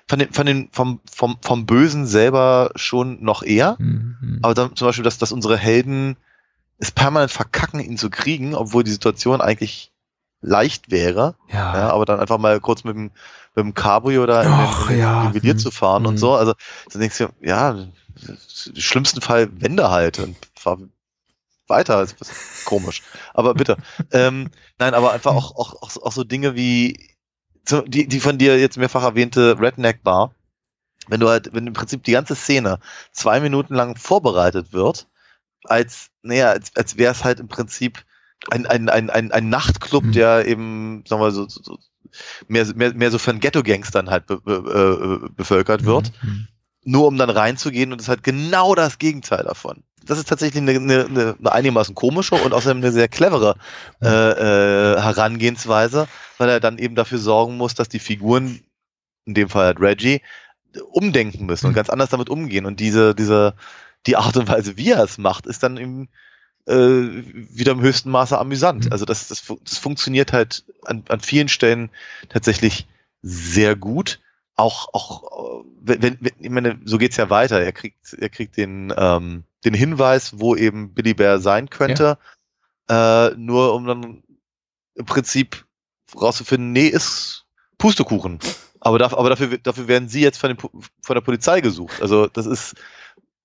vom Bösen selber schon noch eher, aber dann zum Beispiel, dass unsere Helden es permanent verkacken, ihn zu kriegen, obwohl die Situation eigentlich leicht wäre, aber dann einfach mal kurz mit dem Cabrio da in den Juwelier zu fahren und so, also dann denkst du, im schlimmsten Fall wende halt und fahr weiter, das ist komisch. Aber bitte. Nein, aber einfach auch so Dinge wie die von dir jetzt mehrfach erwähnte Redneck Bar. Wenn im Prinzip die ganze Szene 2 Minuten lang vorbereitet wird, als wäre es halt im Prinzip ein Nachtclub, der eben, sagen wir so mehr so von Ghetto-Gangstern halt bevölkert wird, nur um dann reinzugehen und es ist halt genau das Gegenteil davon. Das ist tatsächlich eine einigermaßen komische und außerdem eine sehr clevere Herangehensweise, weil er dann eben dafür sorgen muss, dass die Figuren, in dem Fall halt Reggie, umdenken müssen und ganz anders damit umgehen. Und die Art und Weise, wie er es macht, ist dann eben wieder im höchsten Maße amüsant. Also das funktioniert halt an vielen Stellen tatsächlich sehr gut. Auch wenn ich meine, so geht's ja weiter. Er kriegt den Hinweis, wo eben Billy Bear sein könnte, nur um dann im Prinzip rauszufinden, nee, ist Pustekuchen. Aber dafür werden sie jetzt von der Polizei gesucht. Also das ist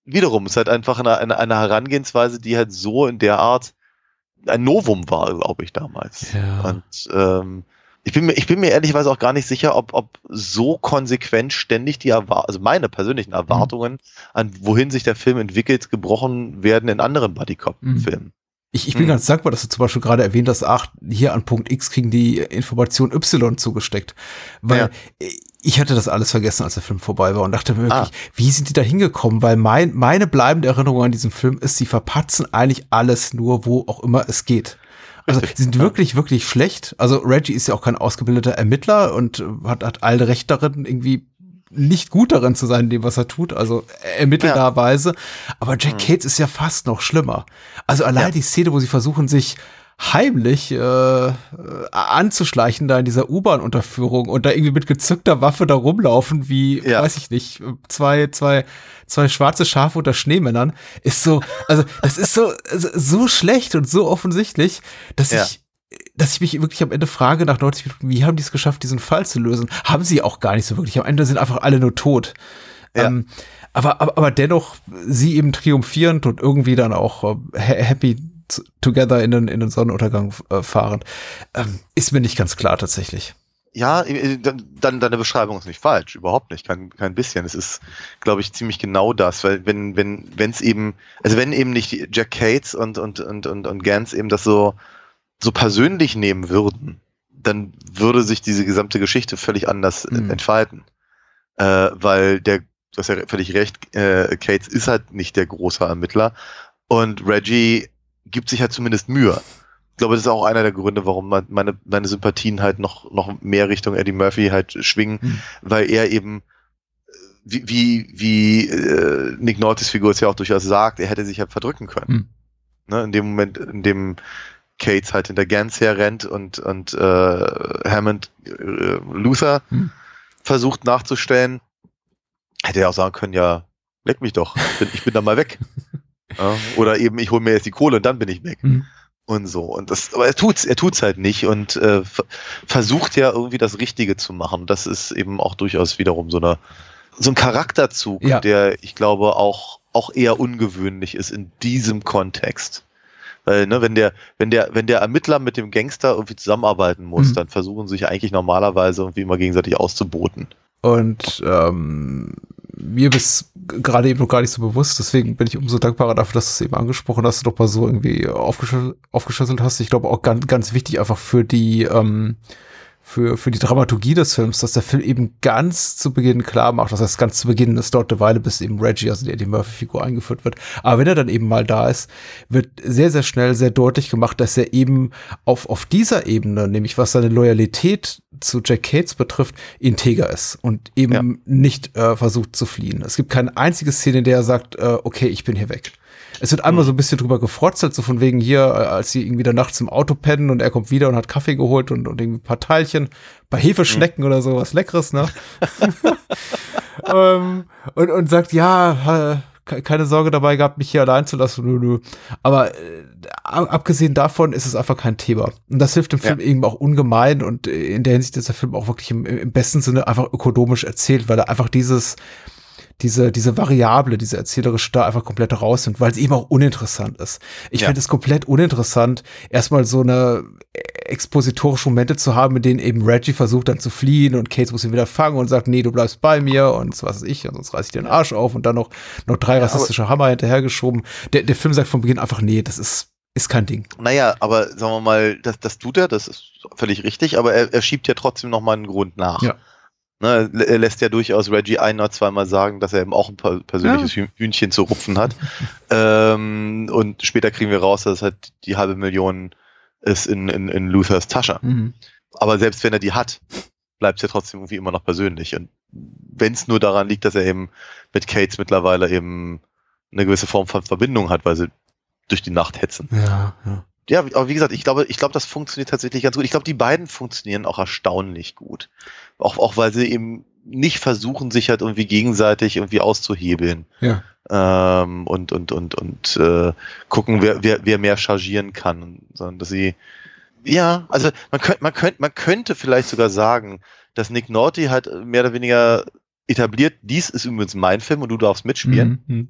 wiederum, es ist halt einfach eine Herangehensweise, die halt so in der Art ein Novum war, glaube ich, damals. Ja. Und ich bin mir ehrlicherweise auch gar nicht sicher, ob so konsequent ständig also meine persönlichen Erwartungen an wohin sich der Film entwickelt, gebrochen werden in anderen Buddy-Cop-Filmen. Ich bin ganz dankbar, dass du zum Beispiel gerade erwähnt hast, hier an Punkt X kriegen die Information Y zugesteckt. Weil ich hatte das alles vergessen, als der Film vorbei war und dachte mir wirklich, wie sind die da hingekommen? Weil meine bleibende Erinnerung an diesen Film ist, sie verpatzen eigentlich alles nur, wo auch immer es geht. Also sie sind wirklich, wirklich schlecht. Also Reggie ist ja auch kein ausgebildeter Ermittler und hat alle Recht darin, irgendwie nicht gut darin zu sein, in dem, was er tut, also ermittelnderweise. Aber Jack Cates ist ja fast noch schlimmer. Also allein die Szene, wo sie versuchen, sich heimlich anzuschleichen da in dieser U-Bahn-Unterführung und da irgendwie mit gezückter Waffe da rumlaufen, wie, weiß ich nicht, zwei schwarze Schafe unter Schneemännern, ist so, also das ist so schlecht und so offensichtlich, dass ich mich wirklich am Ende frage, nach 90 Minuten, wie haben die es geschafft, diesen Fall zu lösen? Haben sie auch gar nicht so wirklich. Am Ende sind einfach alle nur tot. Ja. Aber dennoch, sie eben triumphierend und irgendwie dann auch happy together in den Sonnenuntergang fahren, ist mir nicht ganz klar tatsächlich. Ja, dann deine Beschreibung ist nicht falsch, überhaupt nicht, kein bisschen. Es ist, glaube ich, ziemlich genau das, weil wenn eben nicht Jack Cates und Gans eben das so persönlich nehmen würden, dann würde sich diese gesamte Geschichte völlig anders entfalten. Weil du hast ja völlig recht, Cates ist halt nicht der große Ermittler und Reggie gibt sich halt zumindest Mühe. Ich glaube, das ist auch einer der Gründe, warum meine Sympathien halt noch mehr Richtung Eddie Murphy halt schwingen, weil er eben wie Nick Noltes Figur es ja auch durchaus sagt, er hätte sich halt verdrücken können. Ne, in dem Moment, in dem Cates halt hinter Gans herrennt und Hammond Luther versucht nachzustellen, hätte er auch sagen können, ja, leck mich doch, ich bin da mal weg. Ja, oder eben, ich hole mir jetzt die Kohle und dann bin ich weg. Und so. Und aber er tut's halt nicht und versucht ja irgendwie das Richtige zu machen. Das ist eben auch durchaus wiederum so ein Charakterzug, der, ich glaube, auch eher ungewöhnlich ist in diesem Kontext. Weil, ne, wenn der Ermittler mit dem Gangster irgendwie zusammenarbeiten muss, dann versuchen sie sich eigentlich normalerweise irgendwie immer gegenseitig auszuboten. Und mir ist gerade eben noch gar nicht so bewusst, deswegen bin ich umso dankbarer dafür, dass du es eben angesprochen hast, du doch mal so irgendwie aufgeschlüsselt hast. Ich glaube auch ganz, ganz wichtig einfach für die für die Dramaturgie des Films, dass der Film eben ganz zu Beginn klar macht, das heißt ganz zu Beginn, es dauert eine Weile, bis eben Reggie, also die Eddie Murphy-Figur, eingeführt wird. Aber wenn er dann eben mal da ist, wird sehr, sehr schnell sehr deutlich gemacht, dass er eben auf dieser Ebene, nämlich was seine Loyalität zu Jack Cates betrifft, integer ist und eben nicht versucht zu fliehen. Es gibt keine einzige Szene, in der er sagt, okay, ich bin hier weg. Es wird einmal so ein bisschen drüber gefrotzelt, so von wegen hier, als sie irgendwie da nachts im Auto pennen und er kommt wieder und hat Kaffee geholt und irgendwie ein paar Teilchen, ein paar Hefeschnecken oder so, was Leckeres, ne? und sagt, ja, keine Sorge dabei gehabt, mich hier allein zu lassen. Nö. Aber abgesehen davon ist es einfach kein Thema. Und das hilft dem Film eben auch ungemein und in der Hinsicht ist der Film auch wirklich im besten Sinne einfach ökonomisch erzählt, weil er einfach diese Variable, diese erzählerische da einfach komplett rausnimmt, weil es eben auch uninteressant ist. Ich finde es komplett uninteressant, erstmal so eine expositorische Momente zu haben, in denen eben Reggie versucht dann zu fliehen und Cates muss ihn wieder fangen und sagt, nee, du bleibst bei mir und was weiß ich, und sonst reiß ich dir den Arsch auf und dann noch 3 rassistische Hammer hinterhergeschoben. Der Film sagt von Beginn einfach, nee, das ist kein Ding. Naja, aber sagen wir mal, das tut er, das ist völlig richtig, aber er schiebt ja trotzdem noch mal einen Grund nach. Ja. Ne, er lässt ja durchaus Reggie ein- oder zweimal sagen, dass er eben auch ein persönliches Hühnchen zu rupfen hat. Und später kriegen wir raus, dass halt die $500,000 ist in Luthers Tasche. Aber selbst wenn er die hat, bleibt es ja trotzdem irgendwie immer noch persönlich. Und wenn es nur daran liegt, dass er eben mit Cates mittlerweile eben eine gewisse Form von Verbindung hat, weil sie durch die Nacht hetzen. Ja, aber wie gesagt, ich glaube, das funktioniert tatsächlich ganz gut. Ich glaube, die beiden funktionieren auch erstaunlich gut. Auch weil sie eben nicht versuchen, sich halt irgendwie gegenseitig irgendwie auszuhebeln. Ja. Und gucken, wer mehr chargieren kann. Sondern dass sie, also man könnte vielleicht sogar sagen, dass Nick Nolte halt mehr oder weniger etabliert, dies ist übrigens mein Film und du darfst mitspielen.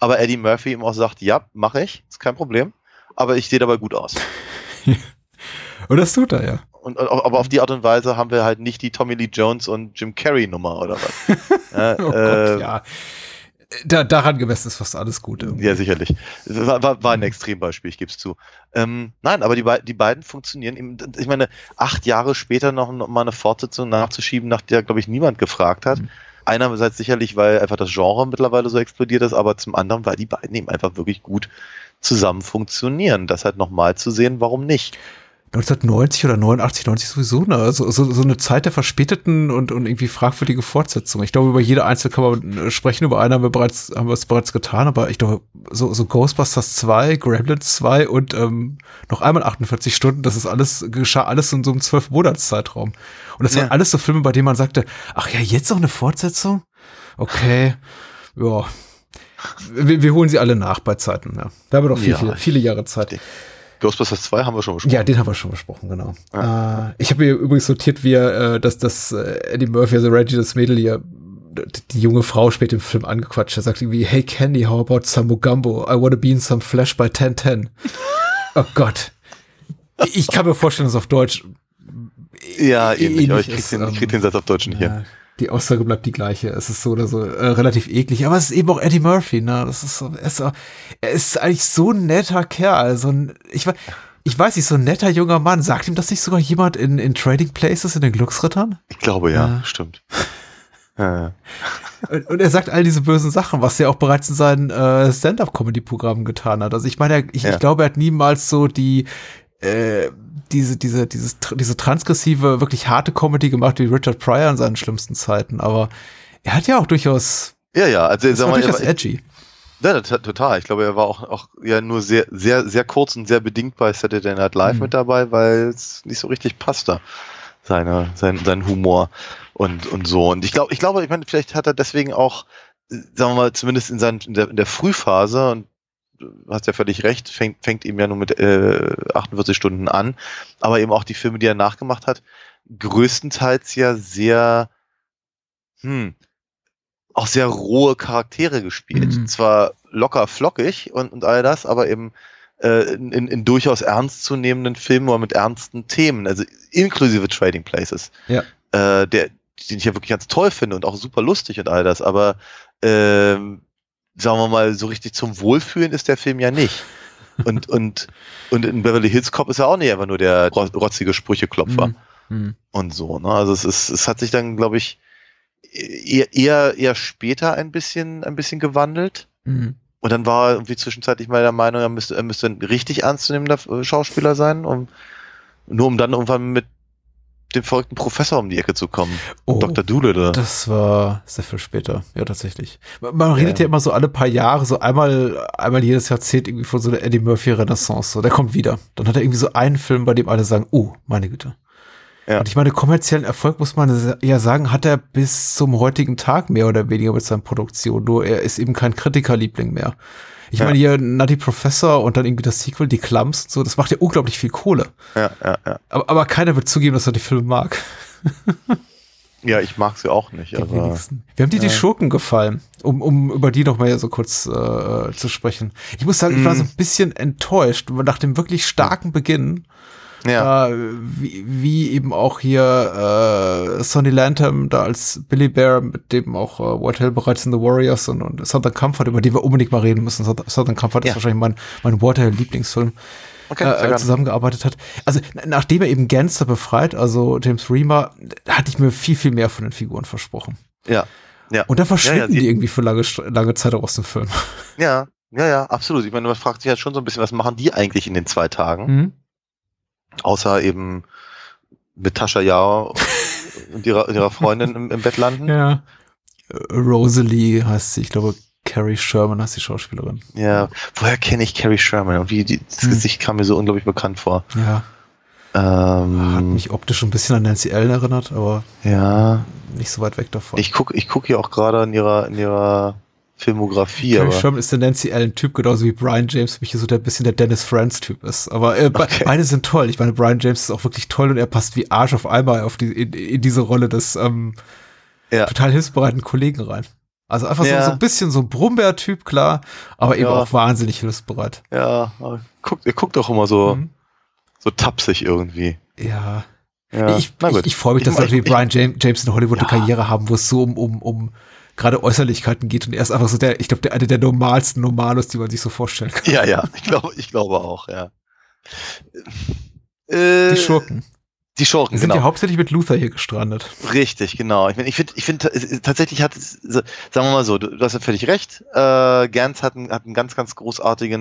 aber Eddie Murphy ihm auch sagt, ja, mache ich, ist kein Problem, aber ich sehe dabei gut aus. Und das tut er, ja. Aber auf die Art und Weise haben wir halt nicht die Tommy Lee Jones und Jim Carrey Nummer oder was. Oh Gott, ja. Daran gemessen ist fast alles gut. Irgendwie. Ja, sicherlich. War ein Extrembeispiel, ich gebe es zu. Nein, aber die beiden funktionieren. Ich meine, 8 Jahre später noch mal eine Fortsetzung nachzuschieben, nach der, glaube ich, niemand gefragt hat. Einerseits sicherlich, weil einfach das Genre mittlerweile so explodiert ist, aber zum anderen, weil die beiden eben einfach wirklich gut zusammen funktionieren. Das halt nochmal zu sehen, warum nicht? 1990 oder 89, 90 sowieso, ne? So eine Zeit der verspäteten und irgendwie fragwürdige Fortsetzung. Ich glaube, über jede einzelne kann man sprechen, über eine haben wir es bereits getan, aber ich glaube, so Ghostbusters 2, Gremlins 2 und noch einmal 48 Stunden, geschah alles in so einem 12-Monats-Zeitraum. Und das waren alles so Filme, bei denen man sagte, ach ja, jetzt noch eine Fortsetzung? Okay, ja. Wir holen sie alle nach bei Zeiten, ja. Da haben wir doch viele Jahre Zeit. Ghostbusters 2 haben wir schon besprochen. Ja, den haben wir schon besprochen, genau. Ah. Ich habe hier übrigens notiert, wie dass Eddie Murphy, also Reggie, das Mädel hier, die junge Frau später im Film angequatscht. Er sagt irgendwie, hey Candy, how about some Mugambo? I wanna be in some flesh by 10:10. Oh Gott. Ich kann mir vorstellen, dass auf Deutsch ja, ähnlich, aber ich krieg den Satz auf Deutsch nicht hier. Die Aussage bleibt die gleiche. Es ist so oder so relativ eklig. Aber es ist eben auch Eddie Murphy, ne? Das ist so, er ist eigentlich so ein netter Kerl. Ich weiß nicht, so ein netter junger Mann. Sagt ihm das nicht sogar jemand in Trading Places, in den Glücksrittern? Ich glaube, ja. Stimmt. Ja. Und er sagt all diese bösen Sachen, was er auch bereits in seinen Stand-Up-Comedy-Programmen getan hat. Also ich meine, ich glaube, er hat niemals so diese transgressive, wirklich harte Comedy gemacht wie Richard Pryor in seinen schlimmsten Zeiten, aber er hat ja auch durchaus also das war durchaus edgy. Ja, total. Ich glaube, er war auch ja nur sehr, sehr, sehr kurz und sehr bedingt bei Saturday Night Live mit dabei, weil es nicht so richtig passte, sein Humor und so. Und ich meine, vielleicht hat er deswegen auch, sagen wir mal, zumindest in der Frühphase, und du hast ja völlig recht, fängt eben ja nur mit 48 Stunden an, aber eben auch die Filme, die er nachgemacht hat, größtenteils ja sehr auch sehr rohe Charaktere gespielt. Zwar locker flockig und all das, aber eben in durchaus ernstzunehmenden Filmen oder mit ernsten Themen, also inklusive Trading Places. Ja. Den ich ja wirklich ganz toll finde und auch super lustig und all das, aber sagen wir mal, so richtig zum Wohlfühlen ist der Film ja nicht. Und in Beverly Hills Cop ist er auch nicht einfach nur der rotzige Sprücheklopfer. Und so, ne? Also es hat sich dann, glaube ich, eher später ein bisschen gewandelt. Und dann war er irgendwie zwischenzeitlich mal der Meinung, er müsste ein richtig ernstzunehmender Schauspieler sein, um dann irgendwann mit dem verrückten Professor um die Ecke zu kommen. Dr. Doolittle. Das war sehr viel später, ja, tatsächlich. Man redet ja immer so alle paar Jahre, so einmal jedes Jahrzehnt irgendwie von so einer Eddie Murphy Renaissance, so, der kommt wieder. Dann hat er irgendwie so einen Film, bei dem alle sagen, meine Güte. Ja. Und ich meine, kommerziellen Erfolg, muss man ja sagen, hat er bis zum heutigen Tag mehr oder weniger mit seinen Produktionen. Nur er ist eben kein Kritikerliebling mehr. Ich meine, hier Nutty Professor und dann irgendwie das Sequel, die Clumps und so, das macht ja unglaublich viel Kohle. Ja. Aber keiner wird zugeben, dass er die Filme mag. Ja, ich mag sie auch nicht. Die wenigsten. Wie haben die Schurken gefallen? Um über die noch mal so kurz zu sprechen. Ich muss sagen, ich war so ein bisschen enttäuscht nach dem wirklich starken Beginn. Ja. Wie eben auch hier Sonny Lantham da als Billy Bear, mit dem auch Walter Hill bereits in The Warriors und Southern Comfort, über die wir unbedingt mal reden müssen. Southern Comfort ist wahrscheinlich mein Walter Hill Lieblingsfilm. Zusammengearbeitet hat. Also nachdem er eben Gangster befreit, also James Remar, hatte ich mir viel, viel mehr von den Figuren versprochen. Ja. Und dann verschwinden die irgendwie für lange Zeit auch aus dem Film. Ja, absolut. Ich meine, man fragt sich halt schon so ein bisschen, was machen die eigentlich in den 2 Tagen? Außer eben mit Tascha Yar und ihrer Freundin im Bett landen. Ja. Rosalie heißt sie, ich glaube, Carrie Sherman heißt die Schauspielerin. Ja, woher kenne ich Carrie Sherman? Und das Gesicht kam mir so unglaublich bekannt vor. Ja. Hat mich optisch ein bisschen an Nancy Allen erinnert, aber nicht so weit weg davon. Ich guck hier auch gerade in ihrer Filmografie. Carrie Sherman ist der Nancy Allen-Typ, genauso wie Brian James, für mich so der bisschen der Dennis Franz-Typ ist. Aber beide sind toll. Ich meine, Brian James ist auch wirklich toll und er passt wie Arsch auf einmal in diese Rolle des total hilfsbereiten Kollegen rein. Also einfach so ein bisschen so ein Brummbär-Typ, klar, aber eben auch wahnsinnig hilfsbereit. Ja, er guckt doch immer so tapsig irgendwie. Ja. Ich freue mich, dass natürlich Brian James in Hollywood eine Karriere haben, wo es so um gerade Äußerlichkeiten geht und er ist einfach so einer der normalsten Normalos, die man sich so vorstellen kann. Ja, ich glaube auch, ja. Die Schurken. Die Schurken, sind ja hauptsächlich mit Luther hier gestrandet. Richtig, genau. Ich finde tatsächlich sagen wir mal so, du hast ja völlig recht. Gantz hat einen ganz großartige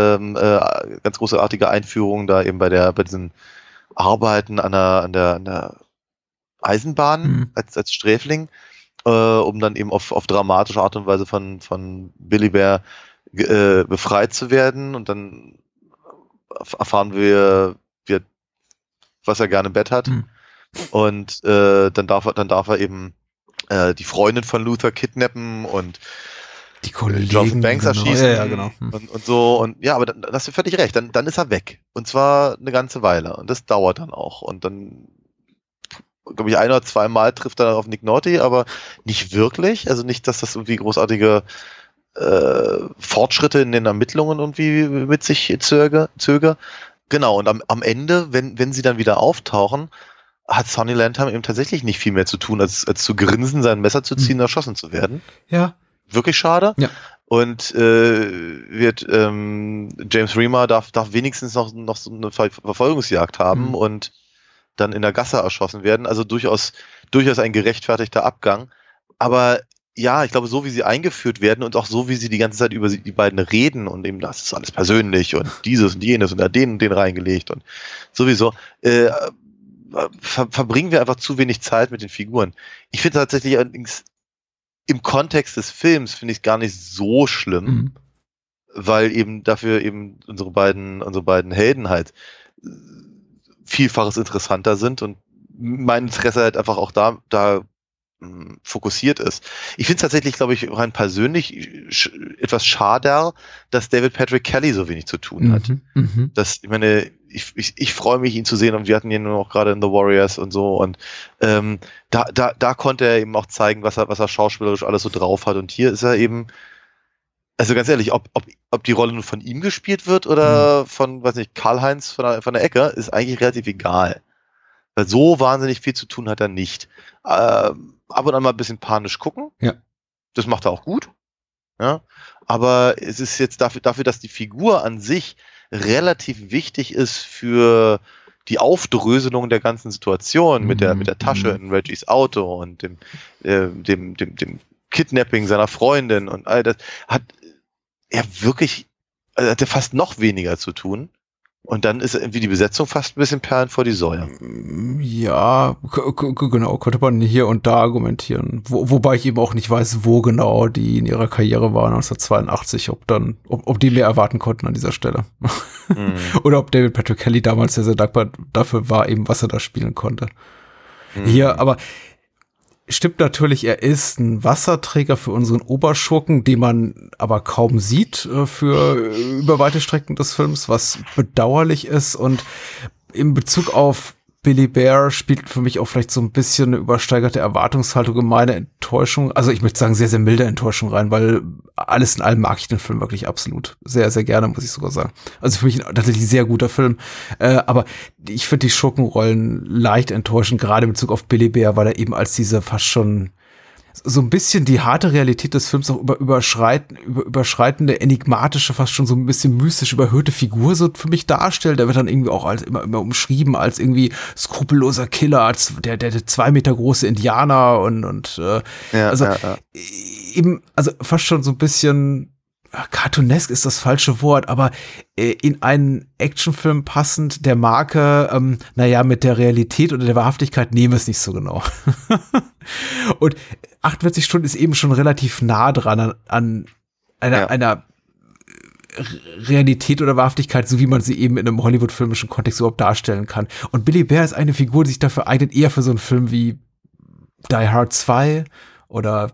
Einführung da eben bei diesen Arbeiten an der Eisenbahn als Sträfling, um dann eben auf dramatische Art und Weise von Billy Bear befreit zu werden, und dann erfahren wir, was er gerne im Bett hat. Und dann darf er eben die Freundin von Luther kidnappen und die Kollegen, Jonathan Banks erschießen. Ja, genau. Und so. Und ja, aber dann hast du völlig recht. Dann ist er weg. Und zwar eine ganze Weile. Und das dauert dann auch. Und dann, glaube ich, 1 oder 2 Mal trifft er auf Nick Nolte, aber nicht wirklich. Also nicht, dass das irgendwie großartige Fortschritte in den Ermittlungen irgendwie mit sich zöge. Genau, und am Ende, wenn sie dann wieder auftauchen, hat Sonny Landham eben tatsächlich nicht viel mehr zu tun, als zu grinsen, sein Messer zu ziehen und erschossen zu werden. Ja. Wirklich schade. Ja. Und James Remar darf wenigstens noch so eine Verfolgungsjagd haben und dann in der Gasse erschossen werden. Also durchaus ein gerechtfertigter Abgang. Aber ja, ich glaube, so wie sie eingeführt werden und auch so wie sie die ganze Zeit über die beiden reden und eben, das ist alles persönlich und dieses und jenes und da den und den reingelegt und sowieso, verbringen wir einfach zu wenig Zeit mit den Figuren. Ich finde tatsächlich allerdings, im Kontext des Films finde ich es gar nicht so schlimm, weil eben dafür eben unsere beiden Helden halt Vielfaches interessanter sind und mein Interesse halt einfach auch da fokussiert ist. Ich finde es tatsächlich, glaube ich, rein persönlich etwas schade, dass David Patrick Kelly so wenig zu tun hat. Ich freue mich, ihn zu sehen, und wir hatten ihn nur noch gerade in The Warriors und so, und da konnte er eben auch zeigen, was er schauspielerisch alles so drauf hat, und hier ist er eben, also ganz ehrlich, ob die Rolle nur von ihm gespielt wird oder von, weiß nicht, Karl-Heinz von der Ecke, ist eigentlich relativ egal. Weil so wahnsinnig viel zu tun hat er nicht. Ab und an mal ein bisschen panisch gucken. Ja. Das macht er auch gut. Ja. Aber es ist jetzt dafür, dass die Figur an sich relativ wichtig ist für die Aufdröselung der ganzen Situation mit der Tasche in Reggies Auto und dem Kidnapping seiner Freundin und all das, hat er fast noch weniger zu tun. Und dann ist irgendwie die Besetzung fast ein bisschen Perlen vor die Säue. Ja, genau, könnte man hier und da argumentieren. Wobei ich eben auch nicht weiß, wo genau die in ihrer Karriere waren 1982, ob die mehr erwarten konnten an dieser Stelle. Oder ob David Patrick Kelly damals sehr, sehr dankbar dafür war, eben was er da spielen konnte. Hier, aber stimmt natürlich, er ist ein Wasserträger für unseren Oberschurken, den man aber kaum sieht über weite Strecken des Films, was bedauerlich ist. Und in Bezug auf Billy Bear spielt für mich auch vielleicht so ein bisschen eine übersteigerte Erwartungshaltung, meine Enttäuschung, also ich möchte sagen, sehr, sehr milde Enttäuschung rein, weil alles in allem mag ich den Film wirklich absolut. Sehr, sehr gerne, muss ich sogar sagen. Also für mich tatsächlich ein sehr guter Film. Aber ich finde die Schurkenrollen leicht enttäuschend, gerade in Bezug auf Billy Bear, weil er eben als diese fast schon so ein bisschen die harte Realität des Films auch überschreitende, enigmatische, fast schon so ein bisschen mystisch überhöhte Figur so für mich darstellt. Der wird dann irgendwie auch als immer umschrieben als irgendwie skrupelloser Killer, als der 2 Meter große Indianer und eben, also fast schon so ein bisschen cartoonesk ist das falsche Wort, aber in einen Actionfilm passend der Marke, mit der Realität oder der Wahrhaftigkeit nehmen wir es nicht so genau. Und 48 Stunden ist eben schon relativ nah dran an einer Realität oder Wahrhaftigkeit, so wie man sie eben in einem Hollywood-filmischen Kontext überhaupt darstellen kann. Und Billy Bear ist eine Figur, die sich dafür eignet, eher für so einen Film wie Die Hard 2 oder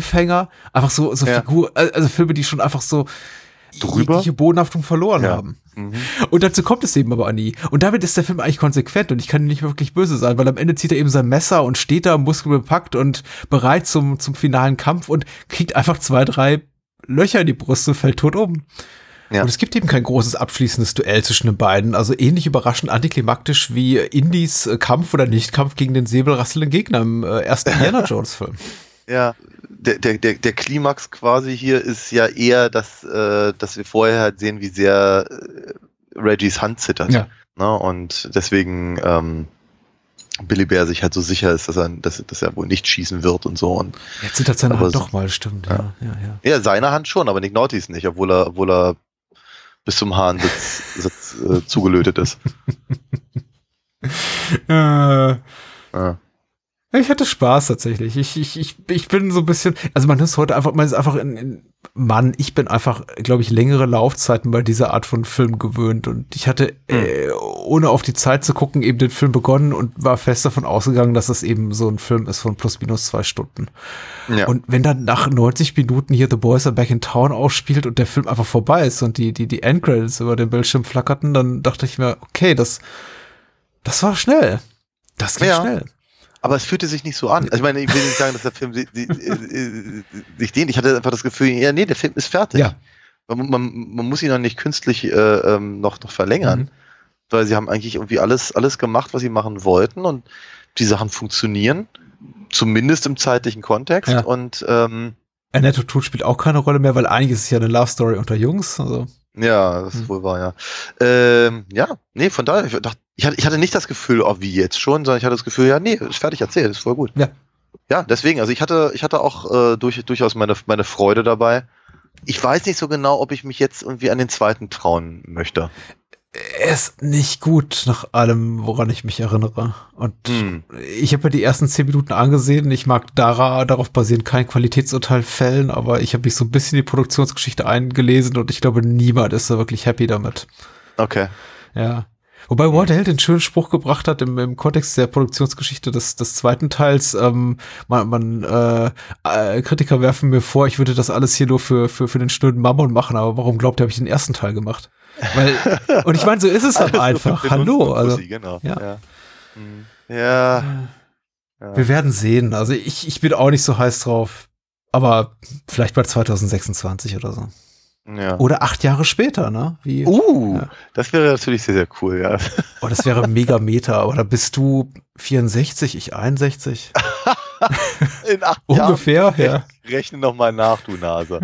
Cliffhanger, einfach so Figur, also Filme, die schon einfach so jegliche Bodenhaftung verloren haben. Und dazu kommt es eben aber nie. Und damit ist der Film eigentlich konsequent und ich kann nicht wirklich böse sein, weil am Ende zieht er eben sein Messer und steht da muskelbepackt und bereit zum finalen Kampf und kriegt einfach 2, 3 Löcher in die Brust und fällt tot um. Ja. Und es gibt eben kein großes abschließendes Duell zwischen den beiden. Also ähnlich überraschend antiklimaktisch wie Indys Kampf oder Nicht-Kampf gegen den säbelrasselnden Gegner im ersten Indiana Jones-Film. Ja, der Klimax quasi hier ist ja eher, dass wir vorher halt sehen, wie sehr Reggies Hand zittert. Ja. Ne? Und deswegen Billy Bear sich halt so sicher ist, dass er wohl nicht schießen wird und so. Und jetzt zittert seine Hand doch mal, stimmt. Ja, seine Hand schon, aber Nick Naughty's nicht, obwohl er bis zum Haarensitz zugelötet ist. Ich hatte Spaß tatsächlich. Ich bin so ein bisschen, also man ist heute einfach, ich bin einfach, glaube ich, längere Laufzeiten bei dieser Art von Film gewöhnt und ich hatte, ohne auf die Zeit zu gucken, eben den Film begonnen und war fest davon ausgegangen, dass es eben so ein Film ist von plus minus 2 Stunden. Ja. Und wenn dann nach 90 Minuten hier The Boys Are Back in Town ausspielt und der Film einfach vorbei ist und die Endcredits über den Bildschirm flackerten, dann dachte ich mir, okay, das war schnell. Das ging schnell. Aber es fühlte sich nicht so an. Also ich meine, ich will nicht sagen, dass der Film sich dehnt. Ich hatte einfach das Gefühl, ja, nee, der Film ist fertig. Ja. Man muss ihn noch nicht künstlich noch verlängern, weil sie haben eigentlich irgendwie alles gemacht, was sie machen wollten und die Sachen funktionieren, zumindest im zeitlichen Kontext. Ja. Und Annette O'Toole spielt auch keine Rolle mehr, weil eigentlich ist es ja eine Love Story unter Jungs. Also. Ja, das ist wohl wahr, ja. Nee, von daher, ich hatte nicht das Gefühl, wie jetzt schon, sondern ich hatte das Gefühl, ja, nee, ist fertig erzählt, ist voll gut. Ja. Ja, deswegen, also ich hatte auch durchaus meine Freude dabei. Ich weiß nicht so genau, ob ich mich jetzt irgendwie an den zweiten trauen möchte. Er ist nicht gut nach allem, woran ich mich erinnere. Und ich habe mir die ersten 10 Minuten angesehen. Ich mag darauf basierend kein Qualitätsurteil fällen, aber ich habe mich so ein bisschen in die Produktionsgeschichte eingelesen und ich glaube, niemand ist da wirklich happy damit. Okay. Ja. Wobei Walter Hill den schönen Spruch gebracht hat im Kontext der Produktionsgeschichte des zweiten Teils. Kritiker werfen mir vor, ich würde das alles hier nur für den schnöden Mammon machen, aber warum glaubt ihr, habe ich den ersten Teil gemacht? Und ich meine, so ist es halt einfach. Hallo. Also, genau. Ja. Ja. Wir werden sehen. Also ich bin auch nicht so heiß drauf. Aber vielleicht bei 2026 oder so. Ja. Oder 8 Jahre später, ne? Das wäre natürlich sehr, sehr cool, ja. Oh, das wäre mega Meta. Oder bist du 64, ich 61? In 8 Ungefähr, Jahren. Ja. Rechne nochmal nach, du Nase.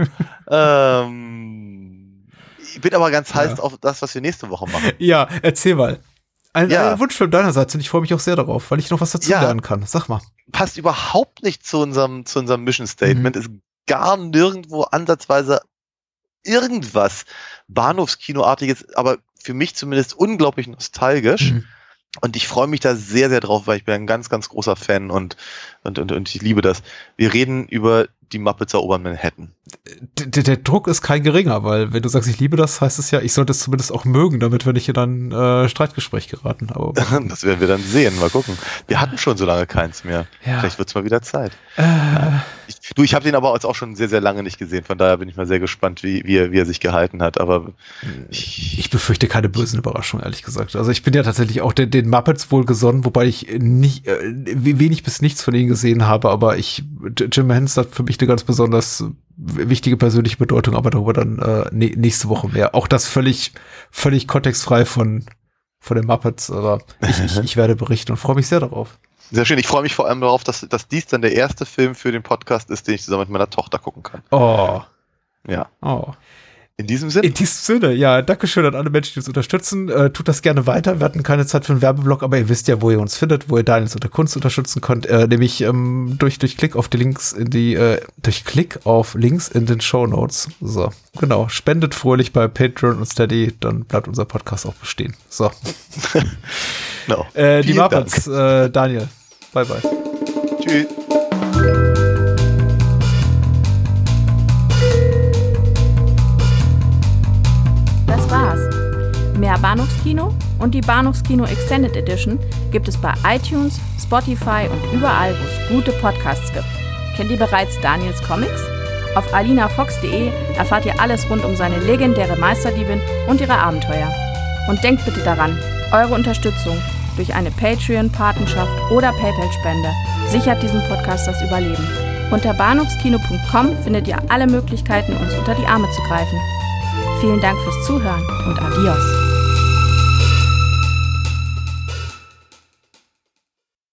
Ich bin aber ganz heiß auf das, was wir nächste Woche machen. Ja, erzähl mal. Ein Wunschfilm deinerseits und ich freue mich auch sehr darauf, weil ich noch was dazu lernen kann. Sag mal. Passt überhaupt nicht zu unserem Mission Statement. Ist gar nirgendwo ansatzweise irgendwas Bahnhofskinoartiges, aber für mich zumindest unglaublich nostalgisch. Und ich freue mich da sehr, sehr drauf, weil ich bin ein ganz, ganz großer Fan und ich liebe das. Wir reden über die Muppets erobern Manhattan. Der Druck ist kein geringer, weil wenn du sagst, ich liebe das, heißt es ja, ich sollte es zumindest auch mögen, damit wir nicht in ein Streitgespräch geraten. Aber das werden wir dann sehen, mal gucken. Wir hatten schon so lange keins mehr. Ja. Vielleicht wird es mal wieder Zeit. Ich habe den aber jetzt auch schon sehr, sehr lange nicht gesehen, von daher bin ich mal sehr gespannt, wie er sich gehalten hat. Aber ich befürchte keine bösen Überraschungen, ehrlich gesagt. Also ich bin ja tatsächlich auch den Muppets wohlgesonnen, wobei ich nicht wenig bis nichts von ihnen gesehen habe, aber Jim Henson hat für mich eine ganz besonders wichtige persönliche Bedeutung, aber darüber dann nächste Woche mehr. Auch das völlig kontextfrei von den Muppets, aber ich werde berichten und freue mich sehr darauf. Sehr schön. Ich freue mich vor allem darauf, dass dies dann der erste Film für den Podcast ist, den ich zusammen mit meiner Tochter gucken kann. Oh. Ja. Oh. In diesem Sinne? In diesem Sinne, ja. Dankeschön an alle Menschen, die uns unterstützen. Tut das gerne weiter. Wir hatten keine Zeit für einen Werbeblock, aber ihr wisst ja, wo ihr uns findet, wo ihr Daniels unter Kunst unterstützen könnt, nämlich durch Klick auf die Links durch Klick auf Links in den Shownotes. So, genau. Spendet fröhlich bei Patreon und Steady, dann bleibt unser Podcast auch bestehen. So. No. Die Muppets, Daniel. Bye, bye. Tschüss. Das war's. Mehr Bahnhofskino und die Bahnhofskino Extended Edition gibt es bei iTunes, Spotify und überall, wo es gute Podcasts gibt. Kennt ihr bereits Daniels Comics? Auf alinafox.de erfahrt ihr alles rund um seine legendäre Meisterdiebin und ihre Abenteuer. Und denkt bitte daran, eure Unterstützung durch eine Patreon-Patenschaft oder PayPal-Spende sichert diesem Podcast das Überleben. Unter bahnhofskino.com findet ihr alle Möglichkeiten, uns unter die Arme zu greifen. Vielen Dank fürs Zuhören und adios.